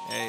Hey,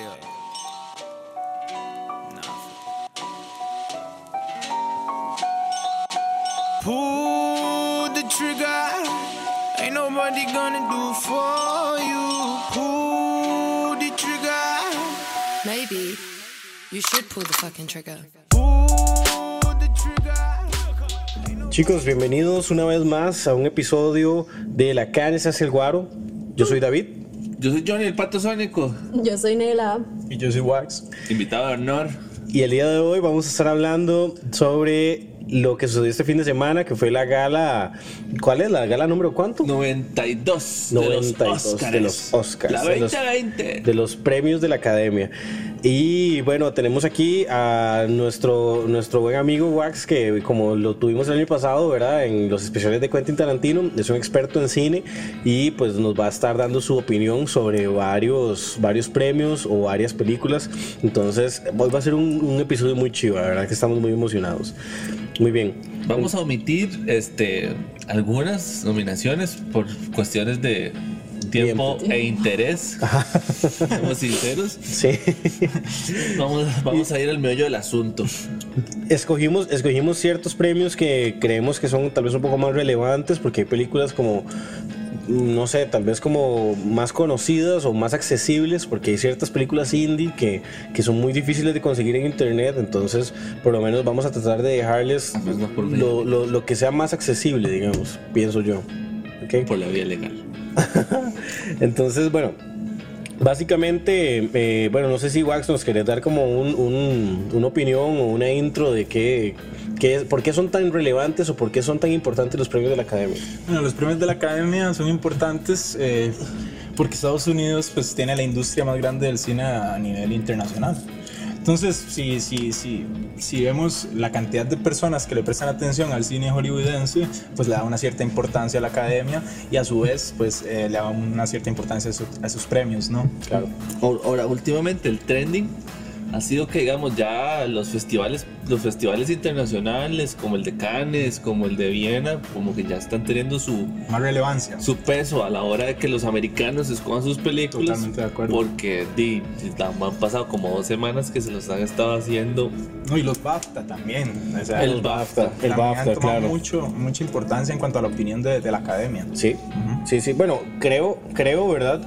pull the trigger. Ain't nobody gonna do for you. Pull the trigger. Maybe you should pull the fucking trigger. Pull the trigger. Chicos, bienvenidos una vez más a un episodio de La Canes hacia el Guaro. Yo soy David. Yo soy Johnny, el pato sónico. Yo soy Nela. Y yo soy Wax. Invitado de honor. Y el día de hoy vamos a estar hablando sobre lo que sucedió este fin de semana, que fue la gala. ¿Cuál es la gala número cuánto? 92 de los Oscars. La 2020. De los premios de la Academia. Y bueno, tenemos aquí a nuestro buen amigo Wax, que como lo tuvimos el año pasado, ¿verdad? En los especiales de Quentin Tarantino, es un experto en cine y pues nos va a estar dando su opinión sobre varios premios o varias películas. Entonces, hoy va a ser un episodio muy chido, la verdad que estamos muy emocionados. Muy bien. Vamos a omitir algunas nominaciones por cuestiones de tiempo e interés. Somos sinceros. Sí. Vamos a ir al meollo del asunto. Escogimos ciertos premios que creemos que son tal vez un poco más relevantes, porque hay películas como, no sé, tal vez como más conocidas o más accesibles, porque hay ciertas películas indie que son muy difíciles de conseguir en internet. Entonces por lo menos vamos a tratar de dejarles lo que sea más accesible, digamos, pienso yo. ¿Okay? Por la vía legal. Entonces, bueno, básicamente, bueno, no sé si Wax nos querés dar como una opinión o una intro de por qué son tan relevantes o por qué son tan importantes los premios de la Academia. Bueno, los premios de la Academia son importantes porque Estados Unidos pues tiene la industria más grande del cine a nivel internacional. Entonces, si vemos la cantidad de personas que le prestan atención al cine hollywoodense, pues le da una cierta importancia a la Academia y a su vez, pues le da una cierta importancia a sus premios, ¿no? Claro. Ahora, últimamente el trending ha sido que, digamos, ya los festivales internacionales, como el de Cannes, como el de Viena, como que ya están teniendo más relevancia, su peso a la hora de que los americanos escojan sus películas. Totalmente de acuerdo. Porque han pasado como 2 semanas que se los han estado haciendo. No, y los BAFTA también. O sea, el BAFTA, han tomado claro. mucha importancia en cuanto a la opinión de la Academia. Sí, sí. Bueno, creo, ¿verdad?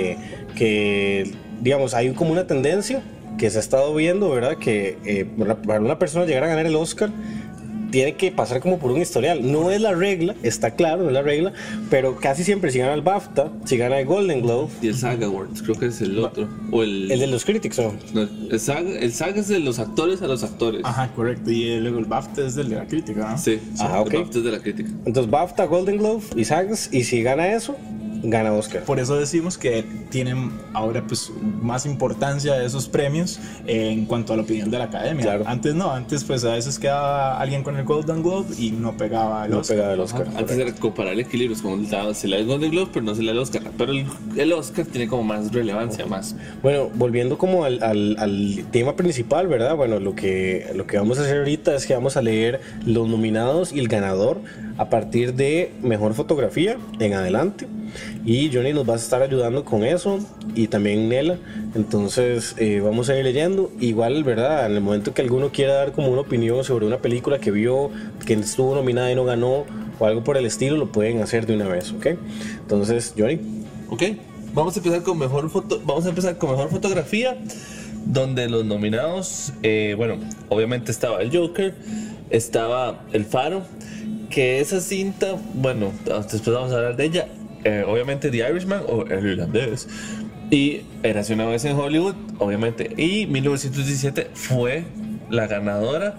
Que digamos, hay como una tendencia que se ha estado viendo, ¿verdad? Que para una persona llegar a ganar el Oscar tiene que pasar como por un historial. No es la regla, está claro, no es la regla, pero casi siempre si gana el BAFTA, si gana el Golden Globe. Y el SAG Awards, creo que es el otro. O el de los Critics, ¿no? No, el SAG es de los actores a los actores. Ajá, correcto. Y luego el BAFTA es del de la crítica, ¿no? Sí, ok. El BAFTA es de la crítica. Entonces BAFTA, Golden Globe y SAGs, y si gana eso, gana Oscar. Por eso decimos que tienen ahora pues más importancia esos premios en cuanto a la opinión de la Academia. Claro. Antes pues a veces quedaba alguien con el Golden Globe y no pegaba el Oscar. Antes era comparar equilibrios, como se le da el Golden Globe, pero no se le da el Oscar. Pero el Oscar tiene como más relevancia, más. Bueno, volviendo como al tema principal, ¿verdad? Bueno, lo que vamos a hacer ahorita es que vamos a leer los nominados y el ganador a partir de mejor fotografía en adelante. Y Johnny nos va a estar ayudando con eso, y también Nela. Entonces vamos a ir leyendo. Igual, ¿verdad? En el momento que alguno quiera dar como una opinión sobre una película que vio, que estuvo nominada y no ganó, o algo por el estilo, lo pueden hacer de una vez, ¿ok? Entonces, Johnny. Ok, vamos a empezar con mejor fotografía, donde los nominados, bueno, obviamente estaba el Joker, estaba El Faro, que esa cinta, bueno, después vamos a hablar de ella. Obviamente The Irishman o El Irlandés, y Érase una vez en Hollywood, obviamente, y 1917 fue la ganadora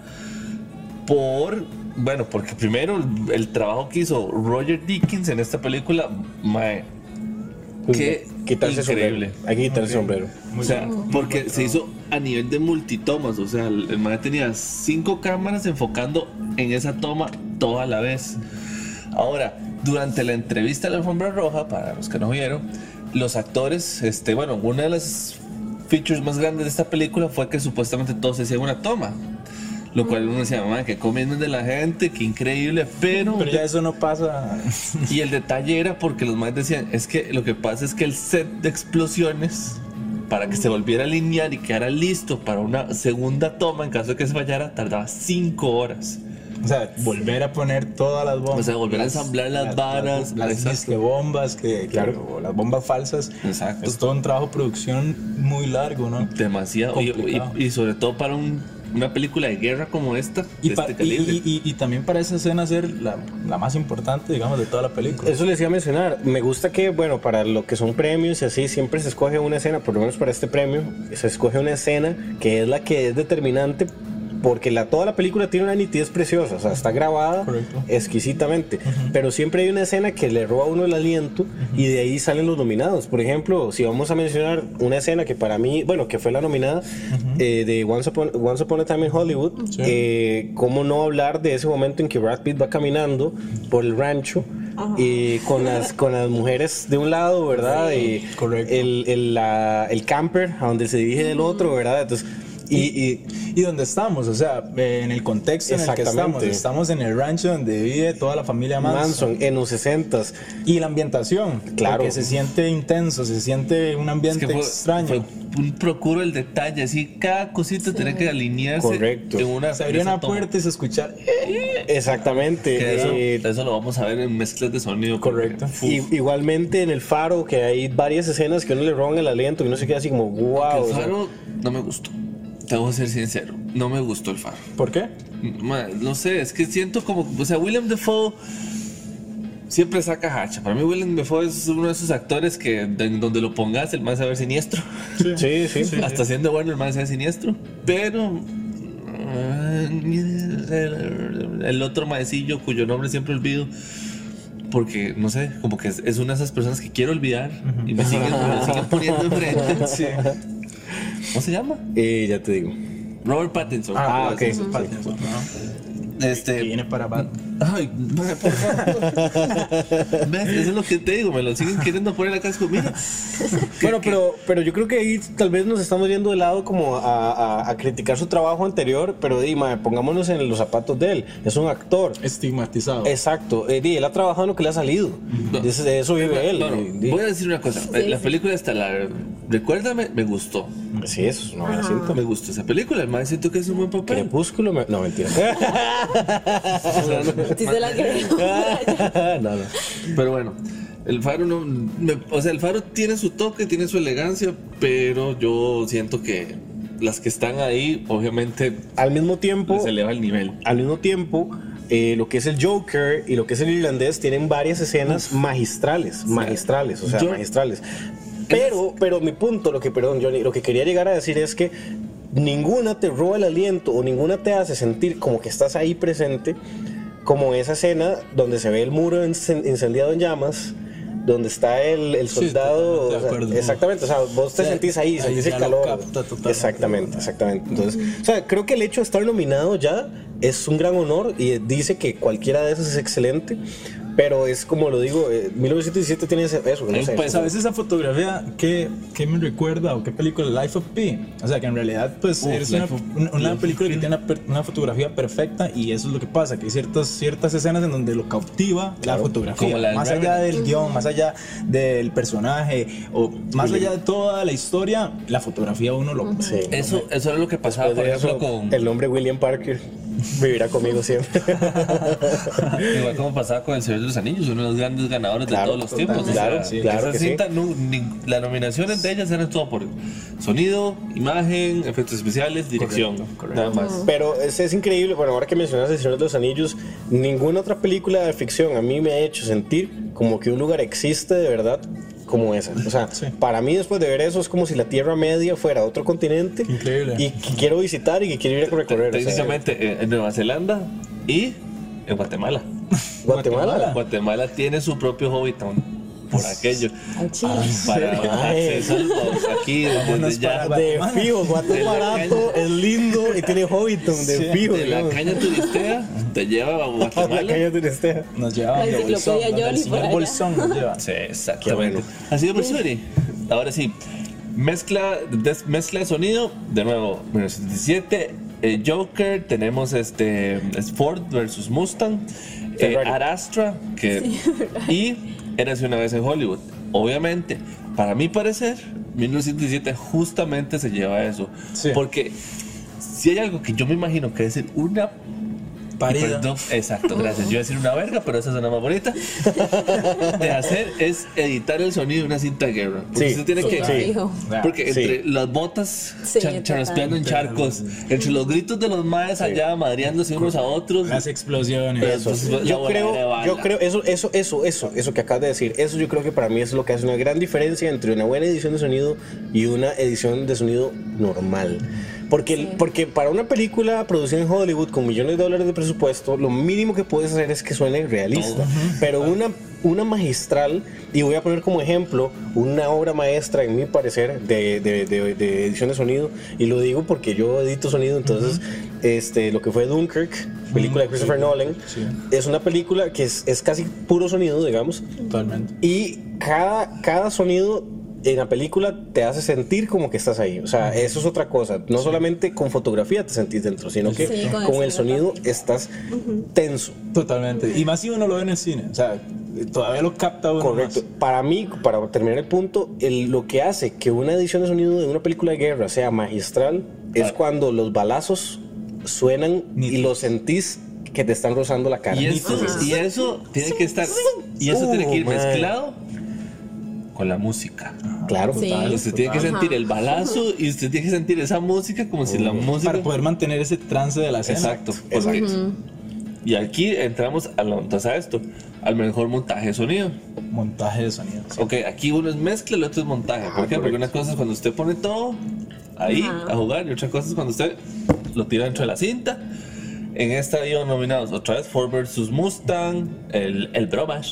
porque primero el trabajo que hizo Roger Deakins en esta película, que increíble. Hay que quitarse el sombrero. O sea, porque se hizo a nivel de multitomas. O sea, el man tenía 5 cámaras enfocando en esa toma toda la vez. Ahora, durante la entrevista a la alfombra roja, para los que no vieron, los actores, una de las features más grandes de esta película fue que supuestamente todos se hacían una toma. Lo cual uno decía, mamá, que comiendo de la gente, qué increíble, pero ya eso no pasa. Y el detalle era porque los más decían, es que lo que pasa es que el set de explosiones para que se volviera a alinear y quedara listo para una segunda toma, en caso de que se fallara, tardaba 5 horas. O sea, volver a poner todas las bombas. O sea, volver a ensamblar las varas. Las disque bombas, o las bombas falsas. Exacto. Es todo un trabajo de producción muy largo, ¿no? Demasiado. Y sobre todo para una película de guerra como esta, Y, de este calibre. y también para esa escena ser la más importante, digamos, de toda la película. Eso les iba a mencionar. Me gusta que, bueno, para lo que son premios y así, siempre se escoge una escena, por lo menos para este premio, se escoge una escena que es la que es determinante, porque toda la película tiene una nitidez preciosa, o sea, está grabada exquisitamente, pero siempre hay una escena que le roba a uno el aliento y de ahí salen los nominados. Por ejemplo, si vamos a mencionar una escena que para mí, bueno, que fue la nominada de Once Upon a Time in Hollywood, cómo no hablar de ese momento en que Brad Pitt va caminando por el rancho con las mujeres de un lado, ¿verdad? Sí, correcto. El camper a donde se dirige del otro, ¿verdad? Entonces, y donde estamos, o sea, en el contexto en el que estamos en el rancho donde vive toda la familia Manson en los 60s. Y la ambientación, claro, que se siente intenso, se siente un ambiente extraño. Procuro el detalle, así cada cosita tiene que alinearse. Correcto. Se abría una puerta y se escucha. Exactamente. Eso lo vamos a ver en mezclas de sonido. Correcto. Igualmente en el faro, que hay varias escenas que uno le roban el aliento y uno se queda así como, wow. El faro no me gustó. Tengo que ser sincero, no me gustó el faro. ¿Por qué? No sé, es que siento como, o sea, Willem Dafoe siempre saca hacha. Para mí Willem Dafoe es uno de esos actores que donde lo pongas el más a ver siniestro. Sí. Hasta siendo bueno el más a ver siniestro. Pero el otro maecillo cuyo nombre siempre olvido, porque no sé, como que es una de esas personas que quiero olvidar y me siguen poniendo enfrente. Sí. ¿Cómo se llama? Ya te digo. Robert Pattinson. Ok. Pattinson, que viene para Batman. Ay, por favor. ¿Ves? Eso es lo que te digo, me lo siguen queriendo poner acá. Mira. Bueno, pero yo creo que ahí tal vez nos estamos yendo de lado como a criticar su trabajo anterior, pero pongámonos en los zapatos de él. Es un actor estigmatizado. Exacto. Él ha trabajado en lo que le ha salido. De eso vive él. Voy a decir una cosa. La película esta, Recuérdame, me gustó. Sí, eso es una buena cinta. Me gustó esa película. El más siento que es un buen papel. Crepúsculo, no, mentira. Sí se la creo. No. Pero bueno, el faro el faro tiene su toque, tiene su elegancia, pero yo siento que las que están ahí, obviamente, al mismo tiempo se eleva el nivel. Al mismo tiempo, lo que es el Joker y lo que es el irlandés tienen varias escenas magistrales. Pero mi punto, Johnny, lo que quería llegar a decir es que ninguna te roba el aliento o ninguna te hace sentir como que estás ahí presente, como esa escena donde se ve el muro incendiado en llamas, donde está el soldado. Exactamente, o sea, vos te sentís ahí sentís el calor. Exactamente. Entonces, o sea, creo que el hecho de estar nominado ya es un gran honor y dice que cualquiera de esos es excelente. Pero es como lo digo, 1917 tiene eso. No sé. Pues a veces esa fotografía, ¿qué me recuerda o qué película? Life of Pi. O sea, que en realidad pues es una película que tiene una fotografía perfecta y eso es lo que pasa, que hay ciertas escenas en donde lo cautiva la fotografía. Más allá del guión, más allá del personaje o más allá de toda la historia, la fotografía uno lo... Sí, eso era lo que pasaba, por ejemplo, con... El nombre William Parker vivirá conmigo siempre. Igual como pasaba con El Señor de los Anillos, uno de los grandes ganadores de todos los tiempos. Claro, esa cinta, las nominaciones de ellas eran todo por sonido, imagen, efectos especiales, dirección. Correcto. Nada más. Pero es increíble, bueno, ahora que mencionas El Señor de los Anillos, ninguna otra película de ficción a mí me ha hecho sentir como que un lugar existe de verdad como esa. O sea, para mí después de ver eso es como si la Tierra Media fuera otro continente. Increíble. Y que quiero visitar y que quiero ir a recorrer. Técnicamente en Nueva Zelanda y en Guatemala. Guatemala tiene su propio Hobbiton. Por aquello. Para aquí desde ya. De fijo, Guatemala es lindo y tiene Hobbiton de fijo. De la caña turistea te lleva a Guatemala. La caña turistea. Nos lleva el señor Bolsón nos lleva. Sí, exactamente. Así que pues, ahora sí, mezcla de sonido, de nuevo, 1977, Joker, tenemos Ford versus Mustang, Ad Astra, y Érase una vez en Hollywood. Obviamente, para mi parecer, 1917 justamente se lleva a eso. Sí. Porque si hay algo que yo me imagino que es una Parida. perdón, exacto, gracias. Yo iba a decir una verga, pero esa suena más bonita. De hacer es editar el sonido de una cinta de guerra. Porque Sí, usted tiene que. sí. Fijo. Porque Sí. entre las botas Sí, charraspeando en charcos, entre los gritos de los maes allá madreándose unos a otros. Las explosiones. Eso. Entonces, la Yo voladera de bala. creo, eso que acabas de decir, eso yo creo que para mí es lo que hace una gran diferencia entre una buena edición de sonido y una edición de sonido normal. Porque para una película producida en Hollywood con millones de dólares de presupuesto, lo mínimo que puedes hacer es que suene realista. Pero una magistral, y voy a poner como ejemplo una obra maestra, en mi parecer, de edición de sonido, y lo digo porque yo edito sonido, entonces lo que fue Dunkirk, película de Christopher Nolan, Sí. es una película que es casi puro sonido, digamos, Totalmente. y cada sonido en la película te hace sentir como que estás ahí. O sea, eso es otra cosa. No solamente con fotografía te sentís dentro, sino que Sí, con el sonido estás tenso. Totalmente. Y más si uno lo ve en el cine. O sea, todavía lo capta uno Correcto. Para mí, para terminar el punto, lo que hace que una edición de sonido de una película de guerra sea magistral es cuando los balazos suenan y Nítidos. los sentís que te están rozando la cara. Y eso tiene que estar. Y eso tiene que ir man. mezclado con la música. Claro. Sí. Usted tiene que sentir el balazo y usted tiene que sentir esa música como si la música. para poder mantener ese trance de la escena. Exacto. Exacto. Y aquí entramos entonces a esto, al mejor montaje de sonido. Montaje de sonido. Sí. Ok, aquí uno es mezcla, el otro es montaje. ¿Por qué? Porque correcto. una cosa es cuando usted pone todo ahí a jugar y otra cosa es cuando usted lo tira dentro de la cinta. En esta iban nominados otra vez Ford vs Mustang, el Bromash,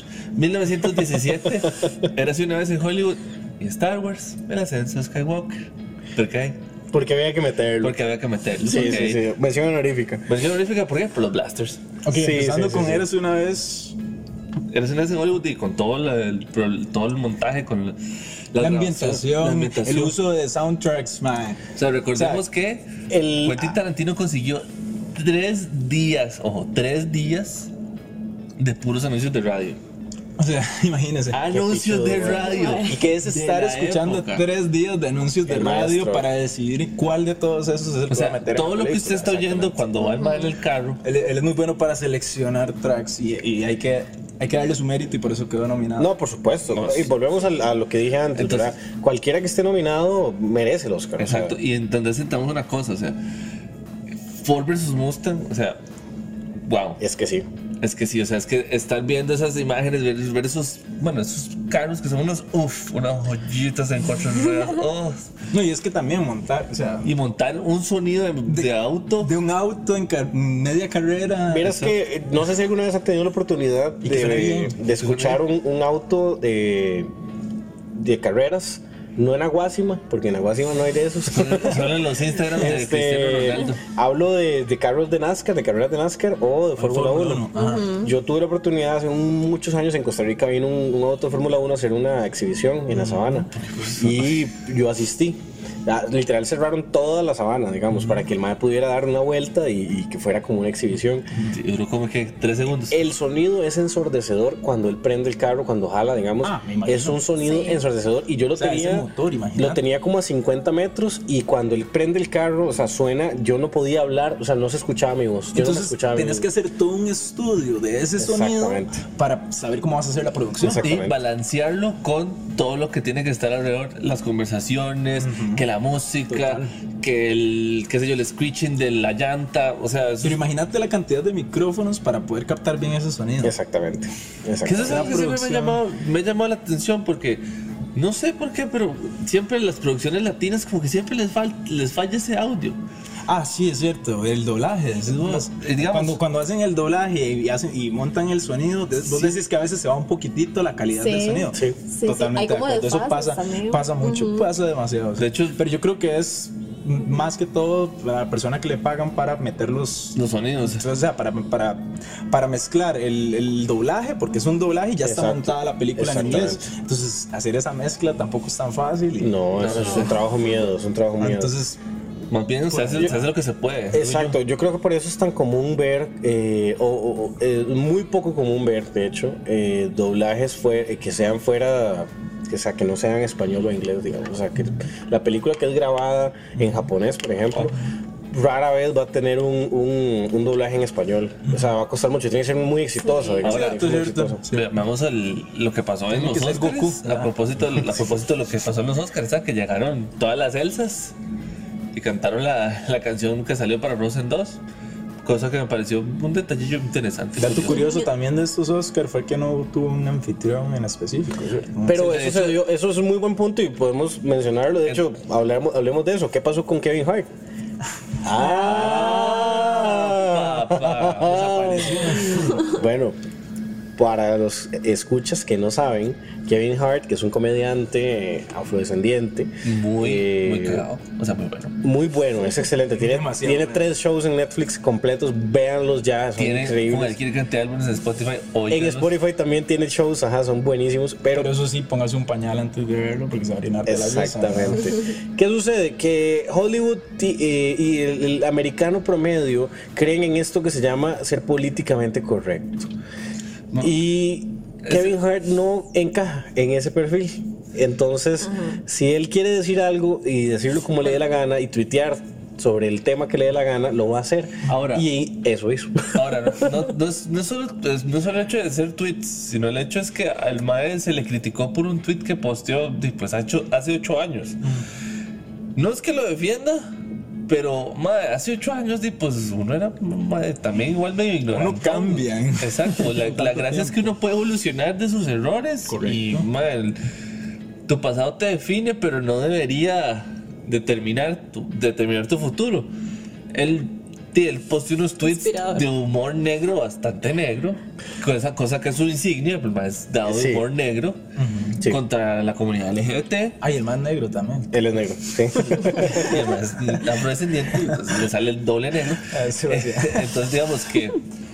1917, Érase una vez en Hollywood y Star Wars, el ascenso de Skywalker. ¿Por qué? Porque había que meterlo. Porque había que meterlo. Sí, Ok. sí, sí. Mención honorífica. Mención honorífica, ¿por qué? Por los blasters. Ok, Sí, empezando sí, con sí. Eres una vez. Érase una vez en Hollywood y con todo todo el montaje, con La ambientación, el uso de soundtracks, man. O sea, recordemos O sea, que el- Quentin Tarantino consiguió 3 días, ojo, 3 días de puros anuncios de radio. O sea, imagínense. Anuncios de radio. ¿Y qué es De estar la escuchando época. 3 días de anuncios de El radio maestro. para decidir cuál de todos esos es el O que va a sea, meter en todo la lo que usted película? está oyendo cuando va en el carro. Él es muy bueno para seleccionar tracks y hay que darle su mérito y por eso quedó nominado. No, por supuesto. No, Y volvemos a lo que dije antes, Entonces- ¿verdad? Cualquiera que esté nominado merece el Oscar. Exacto. O sea, Y entonces sentamos una cosa, o sea, Ford vs Mustang, o sea, wow. es que sí. Es que sí, o sea, es que estar viendo esas imágenes, ver esos carros que son unas joyitas en 4 ruedas, No, y es que también montar, o sea, y montar un sonido de auto. de un auto en media carrera. Verás que no sé si alguna vez han tenido la oportunidad Y que suene bien. de escuchar un auto de carreras, no en Aguasima, porque en Aguasima no hay de esos. Solo en los Instagram de Cristiano Ronaldo. Hablo de carros de NASCAR, de carreras de NASCAR o de Fórmula 1. Ajá. Yo tuve la oportunidad hace muchos años en Costa Rica, vino un auto de Fórmula 1 a hacer una exhibición en la sabana y yo asistí. Literal cerraron toda la sabana, digamos, para que el mae pudiera dar una vuelta y que fuera como una exhibición. Y duró como que 3 segundos. El sonido es ensordecedor cuando él prende el carro, cuando jala, digamos. Me imagino. Es un sonido ensordecedor y yo lo O sea, tenía. ese motor, imagínate. lo tenía como a 50 metros y cuando él prende el carro, o sea, suena, yo no podía hablar, o sea, no se escuchaba mi voz. Yo no me Entonces escuchaba mi tienes voz. que hacer todo un estudio de ese sonido Exactamente. para saber cómo vas a hacer la producción. Exacto. Y Exactamente. balancearlo con todo lo que tiene que estar alrededor, las conversaciones, que la música, que el, qué sé yo, el screeching de la llanta, o sea, Pero imagínate la cantidad de micrófonos para poder captar bien ese sonido. Exactamente. que eso es Exactamente. algo que siempre producción. me ha llamado la atención porque no sé por qué, pero siempre en las producciones latinas como que siempre les falla ese audio. Ah, sí, es cierto, el doblaje. Decís vos. digamos- Cuando hacen el doblaje y montan el sonido, vos decís que a veces se va un poquitito la calidad Sí. del sonido. Sí. Sí, Totalmente hay como de acuerdo. Eso desfases pasa, también. pasa mucho, pasa demasiado. De hecho- pero yo creo que es más que todo la persona que le pagan para meter los sonidos. o sea, para mezclar el doblaje, porque es un doblaje y ya está Exacto. montada la película en inglés. Exactamente. Entonces, hacer esa mezcla tampoco es tan fácil. No, eso es un trabajo miedo, es un trabajo miedo. Entonces, Más bien se hace lo que se puede. Exacto, yo creo que por eso es tan común ver, muy poco común ver, de hecho, doblajes que sean fuera o sea, que no sea en español o inglés, digamos. O sea, que la película que es grabada en japonés, por ejemplo, rara vez va a tener un doblaje en español. O sea, va a costar mucho, tiene que ser muy exitosa. digamos, Ahora, tiene que ser muy cierto. exitosa. Vea, vamos a lo que pasó en Tiene los que ser Oscars. Goku. A propósito de lo que pasó en los Oscars, ¿sabes? Que llegaron todas las Elsas y cantaron la canción que salió para Frozen 2. Cosa que me pareció un detallillo interesante. Dato curioso también de estos Oscars fue que no tuvo un anfitrión en específico, ¿cierto? Pero Sí, de eso, eso es un muy buen punto y podemos mencionarlo. De hecho, hablemos de eso. ¿Qué pasó con Kevin Hart? Papá, desapareció. Bueno, para los escuchas que no saben, Kevin Hart, que es un comediante afrodescendiente, Muy cagado. O sea, muy bueno. muy bueno, es excelente. Tiene Demasiado bueno. 3 shows en Netflix completos, véanlos ya, son Tiene increíbles. cualquier cantidad de álbumes en Spotify. En óiganlos. Spotify también tiene shows, ajá, son buenísimos, Pero eso sí, póngase un pañal antes de verlo porque se va a orinar de la risa. exactamente. ¿Qué sucede? Que Hollywood y el americano promedio creen en esto que se llama ser políticamente correcto. No. Y Kevin Hart no encaja en ese perfil. Entonces, si él quiere decir algo y decirlo como le dé la gana y tuitear sobre el tema que le dé la gana, lo va a hacer. Ahora. Y eso hizo. Ahora, no es solo el hecho de hacer tweets, sino el hecho es que al mae se le criticó por un tweet que posteó pues, hace 8 años. No es que lo defienda, pero mae, hace 8 años pues uno era mae, también igual medio ignorante. Uno cambia. Exacto, la gracia es que uno puede evolucionar de sus errores. Correcto. Y mae, tu pasado te define, pero no debería determinar tu futuro. Él posteó unos tweets Inspirador. de humor negro, bastante negro, con esa cosa que es su insignia, pues más dado de Sí. humor negro, Sí. contra la comunidad LGBT. Ay, el más negro también. Él es negro, sí. Y además afrodescendiente, pues, le sale el doble negro. Eso sí. Entonces digamos que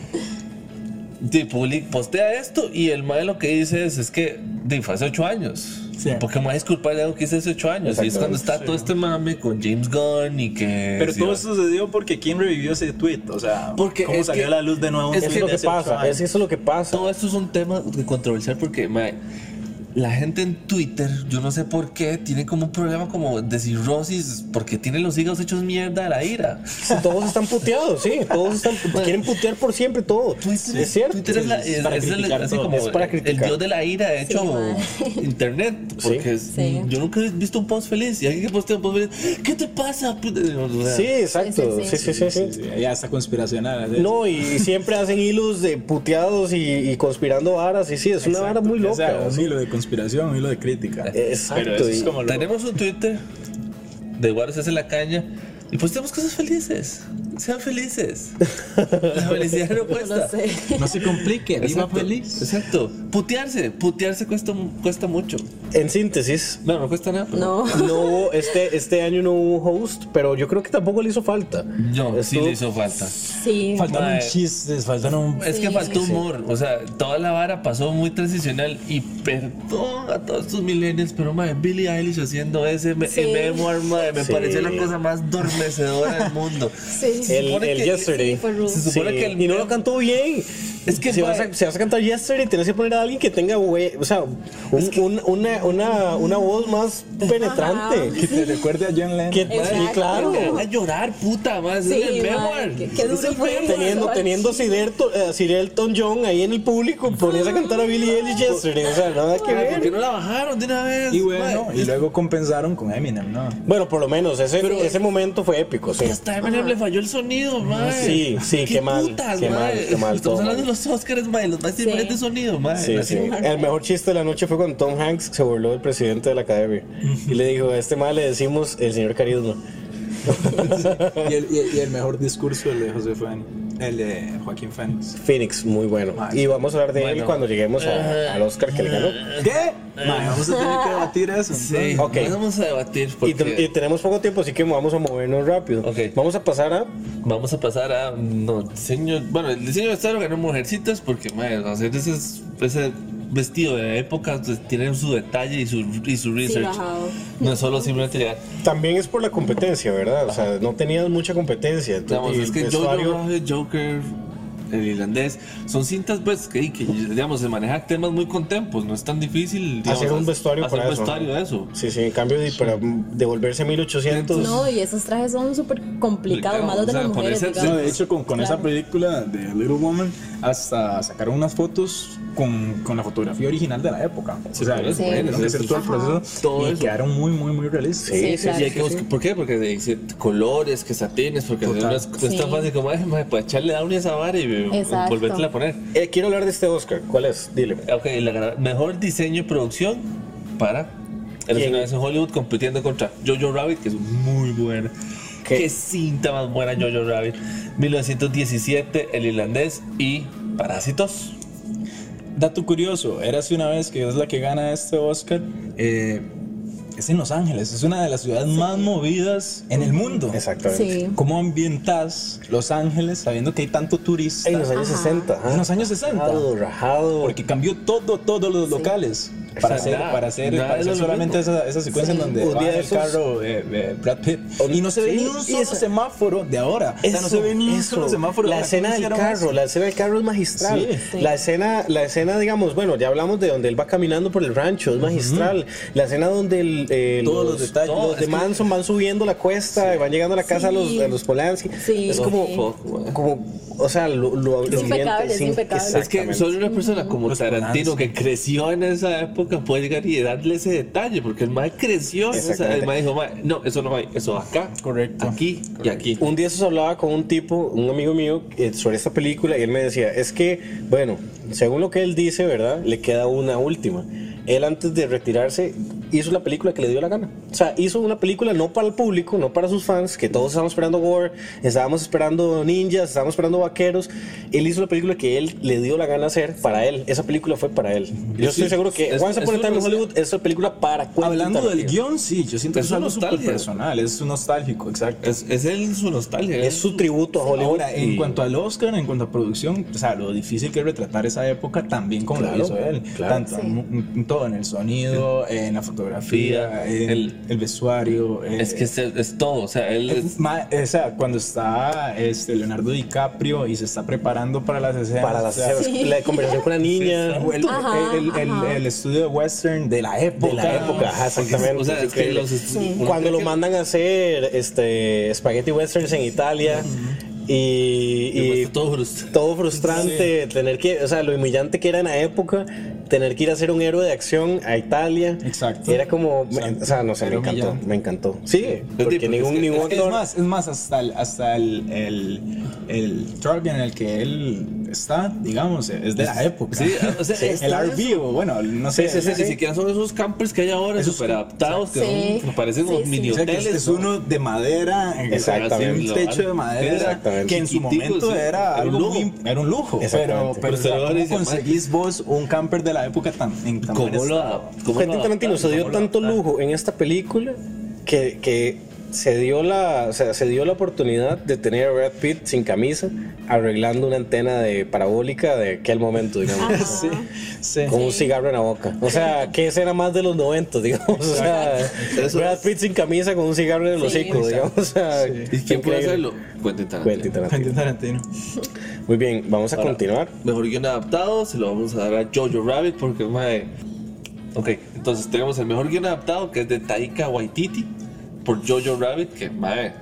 postea esto y el mae lo que dice es que fue hace 8 años. Sí. Porque me voy a disculpar de algo que hice hace 8 años. Y es cuando está todo este mame con James Gunn y que... Pero sí, todo esto se dio porque ¿quién revivió ese tweet? O sea, Porque ¿cómo es salió que- a la luz de nuevo? es Eso que es lo que hace 8 pasa. años? Eso es lo que pasa. Todo esto es un tema controversial porque mae, la gente en Twitter, yo no sé por qué, tiene como un problema como de cirrosis porque tiene los hígados hechos mierda a la ira. Sí, todos están puteados, sí. Todos quieren putear por siempre todo. Twitter Es cierto. Twitter es, para criticar así todo. como Es para el criticar. dios de la ira hecho internet. Porque Sí. yo nunca he visto un post feliz. Y alguien que postea un post feliz, ¿qué te pasa? O sea, Sí, exacto. Sí, Sí, sí, sí, sí. Sí, ya está conspiracional. No, y siempre hacen hilos de puteados y conspirando varas. Y sí, es una vara muy O sea, loca. un hilo de conspiración, un hilo de crítica. Exacto. Pero eso es y- como lo... tenemos un Twitter de Guaros hace la caña y posteamos cosas felices. Sean felices. La felicidad no No cuesta. lo sé. No se complique, viva Exacto, feliz. Exacto. Putearse cuesta mucho. En síntesis, Bueno, no cuesta nada. pero- No. no hubo, este año no hubo host, pero yo creo que tampoco le hizo falta. No, sí Esto- le hizo falta. Sí. Faltaron Mae. chistes, faltaron... Es que faltó humor, o sea, toda la vara pasó muy transicional y perdón a todos estos millennials, pero madre, Billie Eilish haciendo ese Sí. memoir, madre, me Sí. pareció la cosa más dormecedora del mundo. Sí. El supone que- Yesterday. Sí, fue rudo. Se supone Sí, que el y no lo cantó bien. Es que, si mae, vas a cantar Yesterday, tienes que poner a alguien que tenga, o sea, una voz más penetrante. Que te recuerde a John Lennon. Que, Exacto. sí, claro. me van a llorar, puta, más Sí, es el memoir. mae, qué Es duro el fue. memoir. Teniendo a Sir Elton John ahí en el público, ponías a cantar a Billie Eilish Yesterday. O sea, nada que Mae, ¿por qué ver. no la bajaron de una vez? Y bueno, Mae, y luego compensaron con Eminem, ¿no? Bueno, por lo menos ese momento fue épico, sí. y hasta a Eminem le falló el sonido, mae. Sí, qué mal, putas, qué mal, mae. qué mal, Estamos todo hablando de mal. los Oscars, mae, los más Sí. de sonido, mae. Sí, sí. El mejor chiste de la noche fue cuando Tom Hanks se burló del presidente de la academia y le dijo: a este mal le decimos el señor Carisma. Y el mejor discurso, el de José Fénix, el de Joaquín Fénix. Phoenix, muy bueno. Y vamos a hablar de él Bueno. cuando lleguemos al Oscar que le ganó. ¿Qué? Mae, vamos a tener que debatir eso. Sí, Ok. vamos a debatir Y porque tenemos poco tiempo, así que vamos a movernos rápido. Ok. Vamos a pasar a. vamos a pasar a diseño. Bueno, el diseño de vestuario ganó Mujercitas porque, mae, hacer ese vestido de época pues, tiene su detalle y su research. bajado. No es solo simplemente llegar. También es por la competencia, ¿verdad? O sea, no tenías mucha competencia. Digamos, y es que el vestuario- Jojo Rabbit, Joker, El Irlandés, son cintas pues que digamos se manejan temas muy contempos, no es tan difícil digamos, hacer un vestuario hacer para un eso. vestuario de eso. Sí, en cambio para devolverse a 1800. No, y esos trajes son súper complicados, más los de O sea, las mujeres, ponerse- digamos. No, de hecho, con esa película de Little Woman, hasta sacaron unas fotos con la fotografía original de la época. O sea, por eso, Sí. bueno, tuvieron que hacer todo el proceso Todo y eso. quedaron muy realistas. Sí, claro. Y hay que buscar, ¿por qué? Porque dice colores, que satines, porque Total. no es tan Sí. fácil como, pues echarle down a esa vara y Exacto. volvértela a poner. Quiero hablar de este Oscar. ¿Cuál es? Dile. Ok, mejor diseño y producción para ¿Quién? una vez en Hollywood compitiendo contra Jojo Rabbit, que es muy buena. Qué cinta más buena Jojo Rabbit. 1917, El Irlandés y Parásitos. Dato curioso, Érase una vez, que es la que gana este Oscar, es en Los Ángeles, es una de las ciudades más movidas en el mundo. Exactamente. Sí. ¿Cómo ambientas Los Ángeles sabiendo que hay tanto turista? En los años Ajá. 60. En los años 60. Rajado. Porque cambió todos los locales para hacer, Nada, para hacer, nada para es hacer lo solamente mismo. esa secuencia Sí. en donde Un va día en de el esos- carro Brad Pitt y no se ve ni un Sí, solo esa- semáforo de ahora. O sea, no se ve ni un solo semáforo. La ahora. escena ¿Cómo del hicieron carro, eso? la escena del carro es magistral. Sí. La escena, digamos, bueno, ya hablamos de donde él va caminando por el rancho, es magistral. La escena donde Todos los detalles. los de Manson van subiendo la cuesta y van llegando a la casa Sí. a los Polanski. Sí. Es como, o sea, lo Es impecable, es impecable. Es que solo una persona como Los Tarantino Polanski. que creció en esa época puede llegar y darle ese detalle, porque el mae creció. O sea, Exactamente. el mae dijo, "Mae, no, eso no hay, eso acá, Correcto. aquí y aquí. Un día eso hablaba con un tipo, un amigo mío, sobre esta película y él me decía, es que, bueno, según lo que él dice, ¿verdad? Le queda una última. Él antes de retirarse hizo la película que le dio la gana. O sea, hizo una película no para el público, no para sus fans, que todos estábamos esperando gore, estábamos esperando ninjas, estábamos esperando vaqueros. Él hizo la película que él le dio la gana hacer para él. Esa película fue para él. Yo estoy seguro que Once Upon a Time in Hollywood es una película para Quentin Hablando del Tarantino. guión, sí, yo siento que Es es algo nostalgia. súper personal, es nostálgico, exacto. Es él su nostalgia. Es su tributo a Hollywood. Ahora, en y- cuanto al Oscar, en cuanto a producción, o sea, lo difícil que es retratar esa época también como Claro, lo hizo él. claro. Tanto en todo, en el sonido, en la fotografía, en el vestuario. Es que es todo, o sea, él es... O sea, cuando está Leonardo DiCaprio y se está preparando para las escenas. para las o sea, escenas, la conversación con la niña. el estudio de western de la época. De la época, ajá, exactamente. O sea, es es que increíble. uno Cuando cree lo que- mandan a hacer spaghetti westerns en Italia y pues, todo frustrante, tener que, o sea, lo humillante que era en la época, tener que ir a ser un héroe de acción a Italia. Exacto. Era como, Exacto. o sea, no sé, Era humillante. me encantó. Sí, porque porque ningún es actor. Es más, hasta el truck en el que él está, digamos, es de la época. Sí, o sea, Sí. es El todo RV, eso. o bueno, no sé. Sí, sí, Ni siquiera son esos campers que hay ahora, Esos- super adaptados, que Sí. son, parecen Sí, unos sí. mini O sea, que hoteles. es ¿no? uno de madera, Exactamente. un techo de madera, Exactamente. que en su Chiquitico, momento sí. era Era un algo lujo. era un lujo. Pero, Exactamente. pero o sea, Pero ahora ¿cómo dice, conseguís vos un camper de la época tan buen ¿Cómo lo estado? Quentin Tarantino se dio tanto lujo en esta película que se dio la oportunidad de tener a Brad Pitt sin camisa arreglando una antena de parabólica de aquel momento, digamos. Sí, sí. Con un cigarro en la boca. O sea, ¿qué escena más de los 90, digamos? O sea, Eso Brad es. Pitt sin camisa con un cigarro en el Sí, hocico, digamos. O sea, ¿Y quién puede increíble. hacerlo? Quentin Tarantino. Quentin Tarantino. Quentin Tarantino. Muy bien, vamos a Ahora, continuar. Mejor guión adaptado, se lo vamos a dar a Jojo Rabbit porque, mae. Ok, entonces tenemos el mejor guión adaptado que es de Taika Waititi por Jojo Rabbit, que, mae.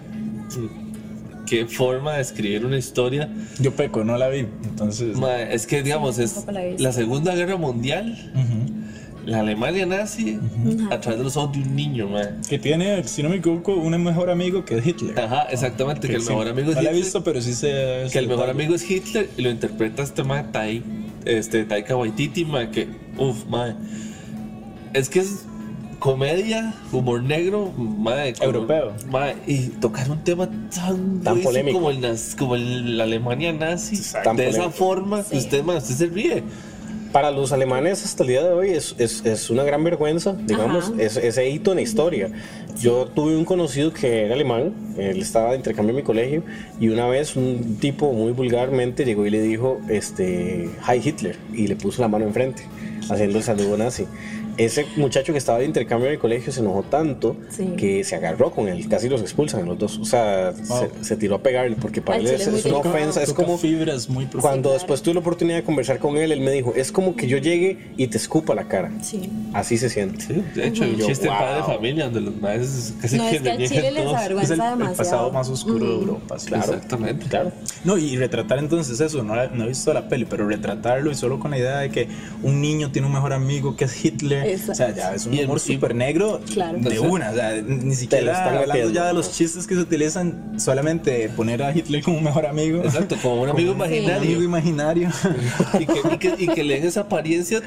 Qué forma de escribir una historia. Yo peco, no la vi, entonces. Mae, es que, digamos, es tampoco la he visto. la Segunda Guerra Mundial, la Alemania nazi, a través de los ojos de un niño, mae. Que tiene, si no me equivoco, un mejor amigo que es Hitler. Ajá, exactamente, que el sí. mejor amigo es No la he Hitler. visto, pero sí sé. Que el mejor amigo es Hitler y lo interpreta este mae Taika Waititi, mae, que mae. Es que es comedia, humor negro, mae, Europeo. Mae, y tocar un tema tan grueso polémico. como la Alemania nazi, Tan de esa polémico. forma, que usted se ríe. Para los alemanes hasta el día de hoy es una gran vergüenza, digamos, Ajá. ese hito en la historia. Yo tuve un conocido que era alemán, él estaba de intercambio en mi colegio y una vez un tipo muy vulgarmente llegó y le dijo, Hi Hitler, y le puso la mano enfrente, haciendo el saludo nazi. ese muchacho que estaba de intercambio en el colegio se enojó tanto Sí. que se agarró con él, casi los expulsan a los dos. O sea, se tiró a pegarle porque para Al él chile es muy es una delicado. ofensa. Es Toca como fibras muy profundas. cuando claro. después tuve la oportunidad de conversar con él, él me dijo, es como que yo llegue y te escupa la cara. Sí. Así se siente. Sí, de hecho, el Yo, chiste wow. padre de familia, donde los maestros casi No, es que al Chile les Es avergüenza el demasiado. pasado más oscuro de Europa. Sí. Claro. Exactamente. Claro. No, y retratar entonces eso, no he visto la peli, pero retratarlo y solo con la idea de que un niño tiene un mejor amigo que es Hitler, Exacto. o sea, ya es un Y el- humor súper negro Claro. de una, o sea, ni siquiera están hablando metiendo. ya de los chistes que se utilizan, solamente poner a Hitler como un mejor amigo. Exacto, como un amigo Un imaginario. amigo imaginario. Y que le den esa apariencia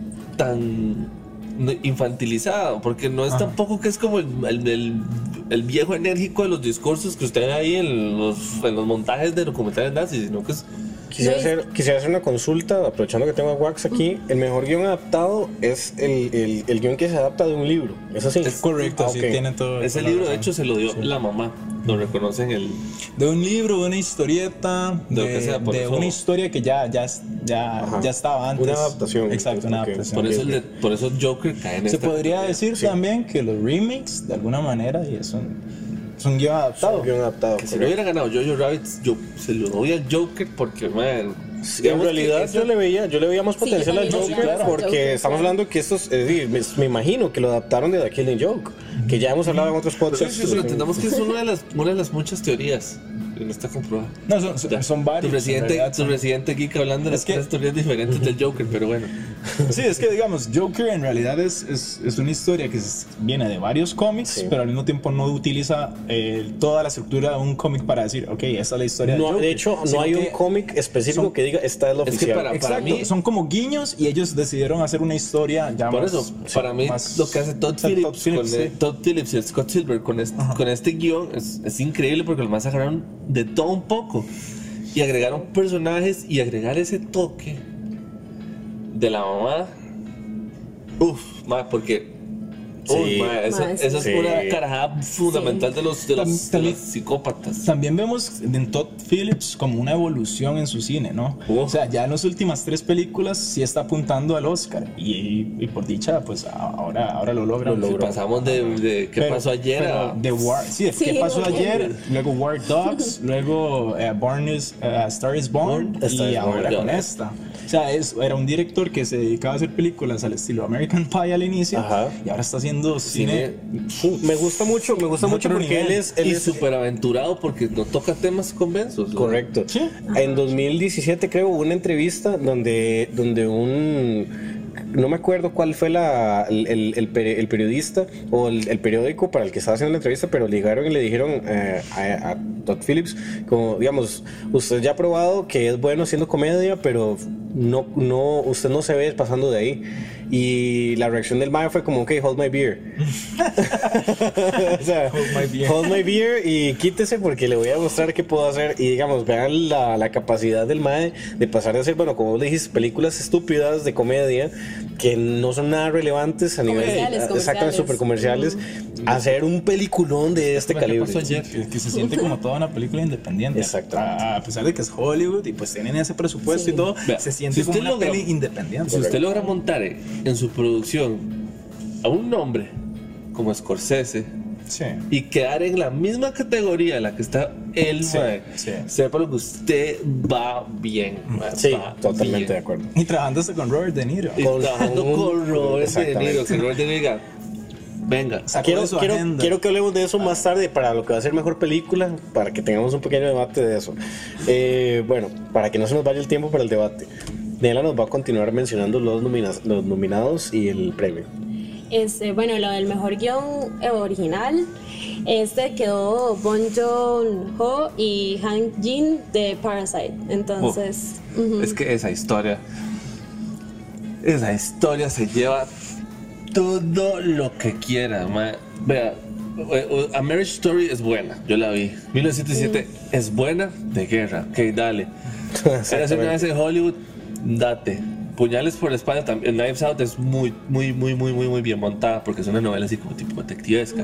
tan infantilizada, porque no es tampoco que es como el viejo enérgico de los discursos que usted ve ahí en los montajes de documentales nazis, sino que es Quisiera hacer una consulta, aprovechando que tengo a Wax aquí. El mejor guión adaptado es el guión que se adapta de un libro. ¿Es así? Es correcto, Ah, sí, ok. tiene todo. ese toda la libro, de razón. hecho, se lo dio la mamá. Lo reconocen el. De un libro, de una historieta, De lo que sea, por de eso- una historia que ya estaba antes. Una adaptación. Exacto, una Ok. adaptación. Por eso Joker cae en Se esta podría categoría. decir también que los remakes, de alguna manera, y es un guión adaptado. Un guión adaptado. Si no hubiera ganado Jojo Rabbit, yo se lo doy al Joker porque, man. En digamos que realidad esa- yo le veía más Sí, potencial yo al también Joker, lo veía. porque Joker, estamos claro. hablando que estos, es decir, me imagino que lo adaptaron de The Killing Joke, que ya hemos hablado en otros Sí, podcasts. sí, pero entendamos que es una de las muchas teorías que no está comprobada. No, Ya. son varios. Tu en presidente, realidad, tu presidente geek hablando de las Es que- tres teorías diferentes del Joker, pero bueno. Sí, es que digamos, Joker en realidad es una historia que viene de varios cómics, Sí. pero al mismo tiempo no utiliza toda la estructura de un cómic para decir, ok, esta es la historia de No, Joker. de hecho, no Sino hay un que- cómic específico son- que diga esta es la Es que oficial. para Exacto, mí- son como guiños y ellos decidieron hacer una historia ya Por más- eso, para mí, más- lo que hace Todd o sea, Phillips, sí. Todd Phillips y Scott Silver con este guión es increíble porque los más agarraron de todo un poco y agregaron personajes y agregar ese toque de la mamá. Uf, porque Sí. esa es Sí. una carajada fundamental de los También- psicópatas. También vemos en Todd Phillips como una evolución en su cine, ¿no? O sea, ya en las últimas 3 películas sí está apuntando al Oscar y por dicha, pues ahora lo logra. Lo logró. Pasamos de qué Pero- pasó ayer pero a... de War, sí, Sí, ¿qué pasó ok. ayer? Luego War Dogs, luego Star is Born Star y is Born, ahora ya. con esta. O sea, era un director que se dedicaba a hacer películas al estilo American Pie al inicio Ajá. y ahora está haciendo cine. Me gusta mucho Otro porque nivel. y súper aventurado porque no toca temas convensos. ¿no? Correcto. Sí. En 2017 creo hubo una entrevista donde no me acuerdo cuál fue el periodista o el periódico para el que estaba haciendo la entrevista, pero llegaron y le dijeron a Todd Phillips, como digamos, usted ya ha probado que es bueno haciendo comedia, pero usted no se ve pasando de ahí. Y la reacción del mae fue como, ok, hold my beer. O sea, hold my beer y quítese porque le voy a mostrar qué puedo hacer. Y digamos, vean la capacidad del mae de pasar de hacer, bueno, como vos dijiste, películas estúpidas de comedia que no son nada relevantes a nivel Comerciales. exactamente super comerciales, a hacer un peliculón de este ¿Qué calibre. pasó ayer? Que se siente como toda una película independiente. Exactamente. A pesar de que es Hollywood y pues tienen ese presupuesto Sí. y todo, Vea, se siente si como usted una logra- peli independiente. Si usted logra montar en su producción a un nombre como Scorsese Sí. y quedar en la misma categoría en la que está él, Sí, mae, sí. sepa lo que usted va bien. mae, Sí, va totalmente bien. de acuerdo. Y trabajando hasta con Robert De Niro. Y trabajando con Robert De Niro, Exactamente. que Robert De Niro diga, venga. Sacó de su agenda. Quiero que hablemos de eso más tarde para lo que va a ser mejor película, para que tengamos un pequeño debate de eso. Bueno, para que no se nos vaya el tiempo para el debate. Nela nos va a continuar mencionando los nominados y el premio. Bueno, lo del mejor guión original, quedó Bong Joon-ho y Han Jin de Parasite. Entonces, Es que esa historia se lleva todo lo que quiera, mae. Vea, A Marriage Story es buena, yo la vi. 1907 es buena de guerra, ok, dale. Era una vez en Hollywood, date. Puñales por la espalda también. Knives Out es muy bien montada porque es una novela así como tipo detectivesca.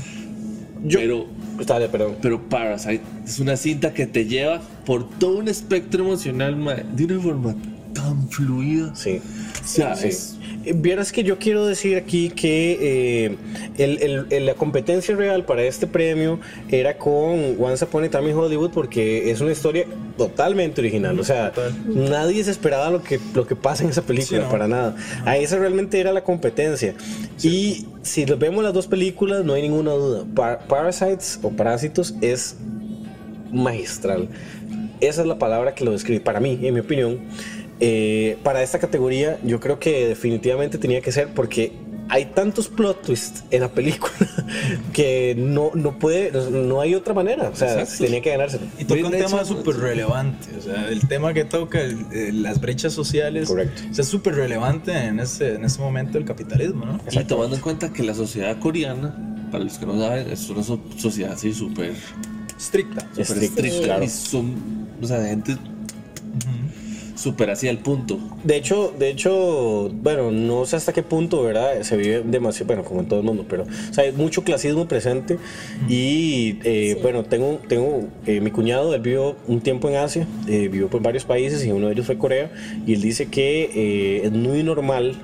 Dale, perdón. Pero Parasite es una cinta que te lleva por todo un espectro emocional, mae, de una forma tan fluida. Sí. O sea, Sí. es Vieras que yo quiero decir aquí que la competencia real para este premio era con Once Upon a Time in Hollywood, porque es una historia totalmente original. O sea, nadie se esperaba lo que pasa en esa película, Sí, ¿no? para nada. A esa realmente era la competencia. Y si los vemos las dos películas, no hay ninguna duda. Parasites o Parásitos es magistral. Esa es la palabra que lo describe, para mí, en mi opinión. Para esta categoría yo creo que definitivamente tenía que ser, porque hay tantos plot twists en la película que no hay otra manera. O sea, Exacto. tenía que ganárselo. Y toca un De hecho, tema súper relevante, o sea, el tema que toca, las brechas sociales, Correcto. o sea, es súper relevante en ese momento del capitalismo, ¿no? Y tomando en cuenta que la sociedad coreana, para los que no saben, es una sociedad así súper Estricta. Estricta, estricta, claro. y son, o sea, gente súper así al punto. De hecho, bueno, no sé hasta qué punto, ¿verdad? Se vive demasiado, bueno, como en todo el mundo, pero, o sea, hay mucho clasismo presente. Y, bueno, tengo mi cuñado, él vivió un tiempo en Asia, vivió por varios países y uno de ellos fue Corea. Y él dice que es muy normal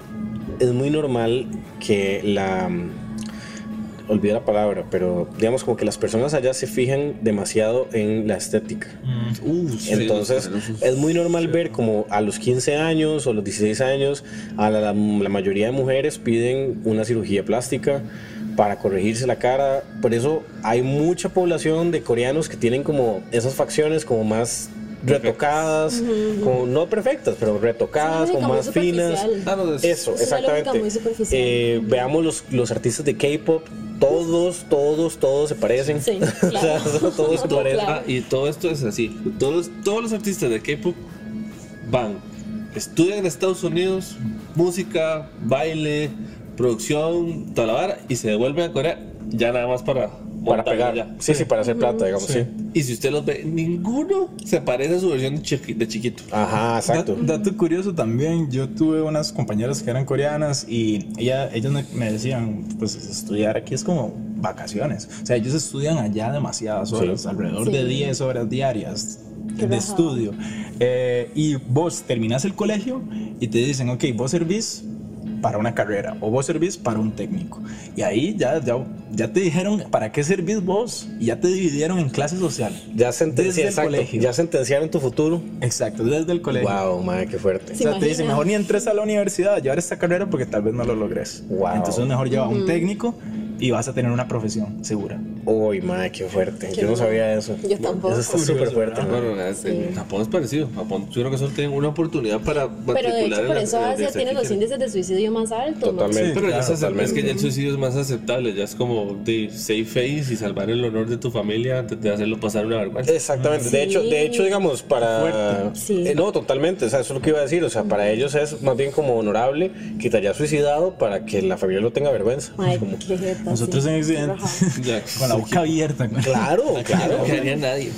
que olvidé la palabra, pero digamos como que las personas allá se fijan demasiado en la estética. Sí, Entonces los coreanos es muy normal ver como a los 15 años o los 16 años a la mayoría de mujeres piden una cirugía plástica para corregirse la cara. Por eso hay mucha población de coreanos que tienen como esas facciones como más retocadas, como no perfectas, pero retocadas, Sí, como muy más finas. superficial. Ah, no, Eso, Es una lógica exactamente. muy superficial. Veamos los artistas de K-pop, todos se parecen. Sí, O claro. sea, todos se parecen. Claro. y todo esto es así. Todos los artistas de K-pop van, estudian en Estados Unidos, música, baile, producción, toda la vara, y se devuelven a Corea ya nada más para montar Para allá. pegar. Sí, para hacer plata, digamos, sí. Y si usted los ve, ninguno se parece a su versión de chiquito. Ajá, exacto. Dato curioso también, yo tuve unas compañeras que eran coreanas y ellas me decían, pues estudiar aquí es como vacaciones. O sea, ellos estudian allá demasiadas horas, alrededor de 10 horas diarias Qué de bajado. estudio. Y vos terminás el colegio y te dicen, ok, vos servís para una carrera o vos servís para un técnico. Y ahí ya te dijeron para qué servís vos y ya te dividieron en clase social. Ya Desde el exacto, colegio. ya sentenciaron tu futuro. Exacto, desde el colegio. Wow, madre, qué fuerte. O Sí. sea, te dicen, imagina. mejor ni entres a la universidad a llevar esta carrera porque tal vez no lo logres. Wow. Entonces mejor lleva un técnico y vas a tener una profesión segura. Uy, madre, qué fuerte. Qué Yo no bueno. sabía eso. Yo tampoco. Eso está Curioso, súper fuerte. ¿verdad? ¿no? Bueno, en Japón es parecido. Japón, yo creo que solo tienen una oportunidad para matricular. Pero de hecho, en por la- eso en la Asia universidad tiene que los quieran. índices de suicidio más altos. ¿no? Totalmente. Sí, Pero ya claro, es que ya el suicidio es más aceptable, ya es como de save face y salvar el honor de tu familia antes de hacerlo pasar una vergüenza. Exactamente. Sí. De hecho, digamos, para. Fuerte. Sí. No, totalmente. O sea, eso es lo que iba a decir. O sea, para ellos es más bien como honorable que te hayas suicidado para que la familia no tenga vergüenza. Ay, Como- qué jeta, Nosotros sí. en Qué accidente, rajado. Ya, con la boca abierta. Claro, claro. No quedaría nadie.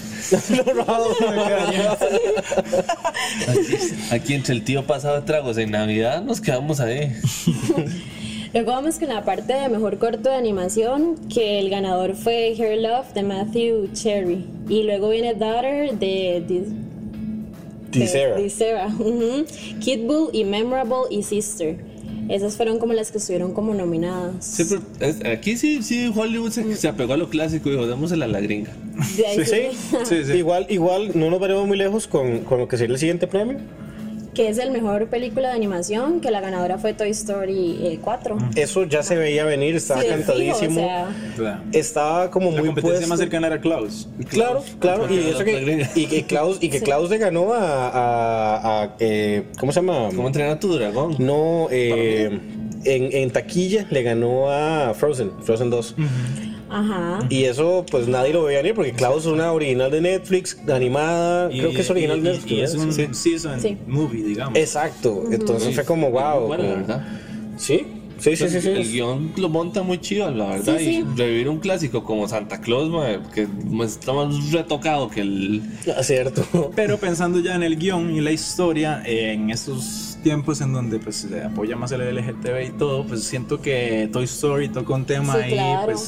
Aquí entre el tío pasado de tragos en Navidad nos quedamos ahí. Luego vamos con la parte de mejor corto de animación, que el ganador fue Hair Love de Matthew Cherry. Y luego viene Daughter de Tisera. Kid Bull y Memorable y Sister. Esas fueron como las que estuvieron como nominadas. Sí, pero aquí sí Hollywood se apegó a lo clásico y dijo, démosela a la gringa. De ahí Sí, sí. sí. Igual no nos veremos muy lejos con lo que sería el siguiente premio. Que es el mejor película de animación, que la ganadora fue Toy Story 4. Eso ya se veía venir, estaba Sí, de fijo, fijo, o sea, Claro. estaba como La muy competencia puesto. más cercana era Klaus. Claro, Porque y eso la gringa. que Klaus le ganó a ¿cómo se llama? ¿Cómo entrenar a tu dragón? No, en taquilla le ganó a Frozen 2. ajá. Y eso pues nadie lo veía venir porque Klaus es una original de Netflix, animada, creo que es original de Netflix. Y es ¿verdad? un Sí. season Sí. movie, digamos. Exacto, entonces fue como wow. Bueno, la como- verdad. Sí. El guión lo monta muy chido, la verdad. Sí, y sí. revivir un clásico como Santa Claus, mae, que está más retocado que el. Cierto. Pero pensando ya en el guión y la historia, en estos tiempos en donde pues se apoya más el LGTB y todo, pues siento que Toy Story toca un tema Sí, ahí claro. pues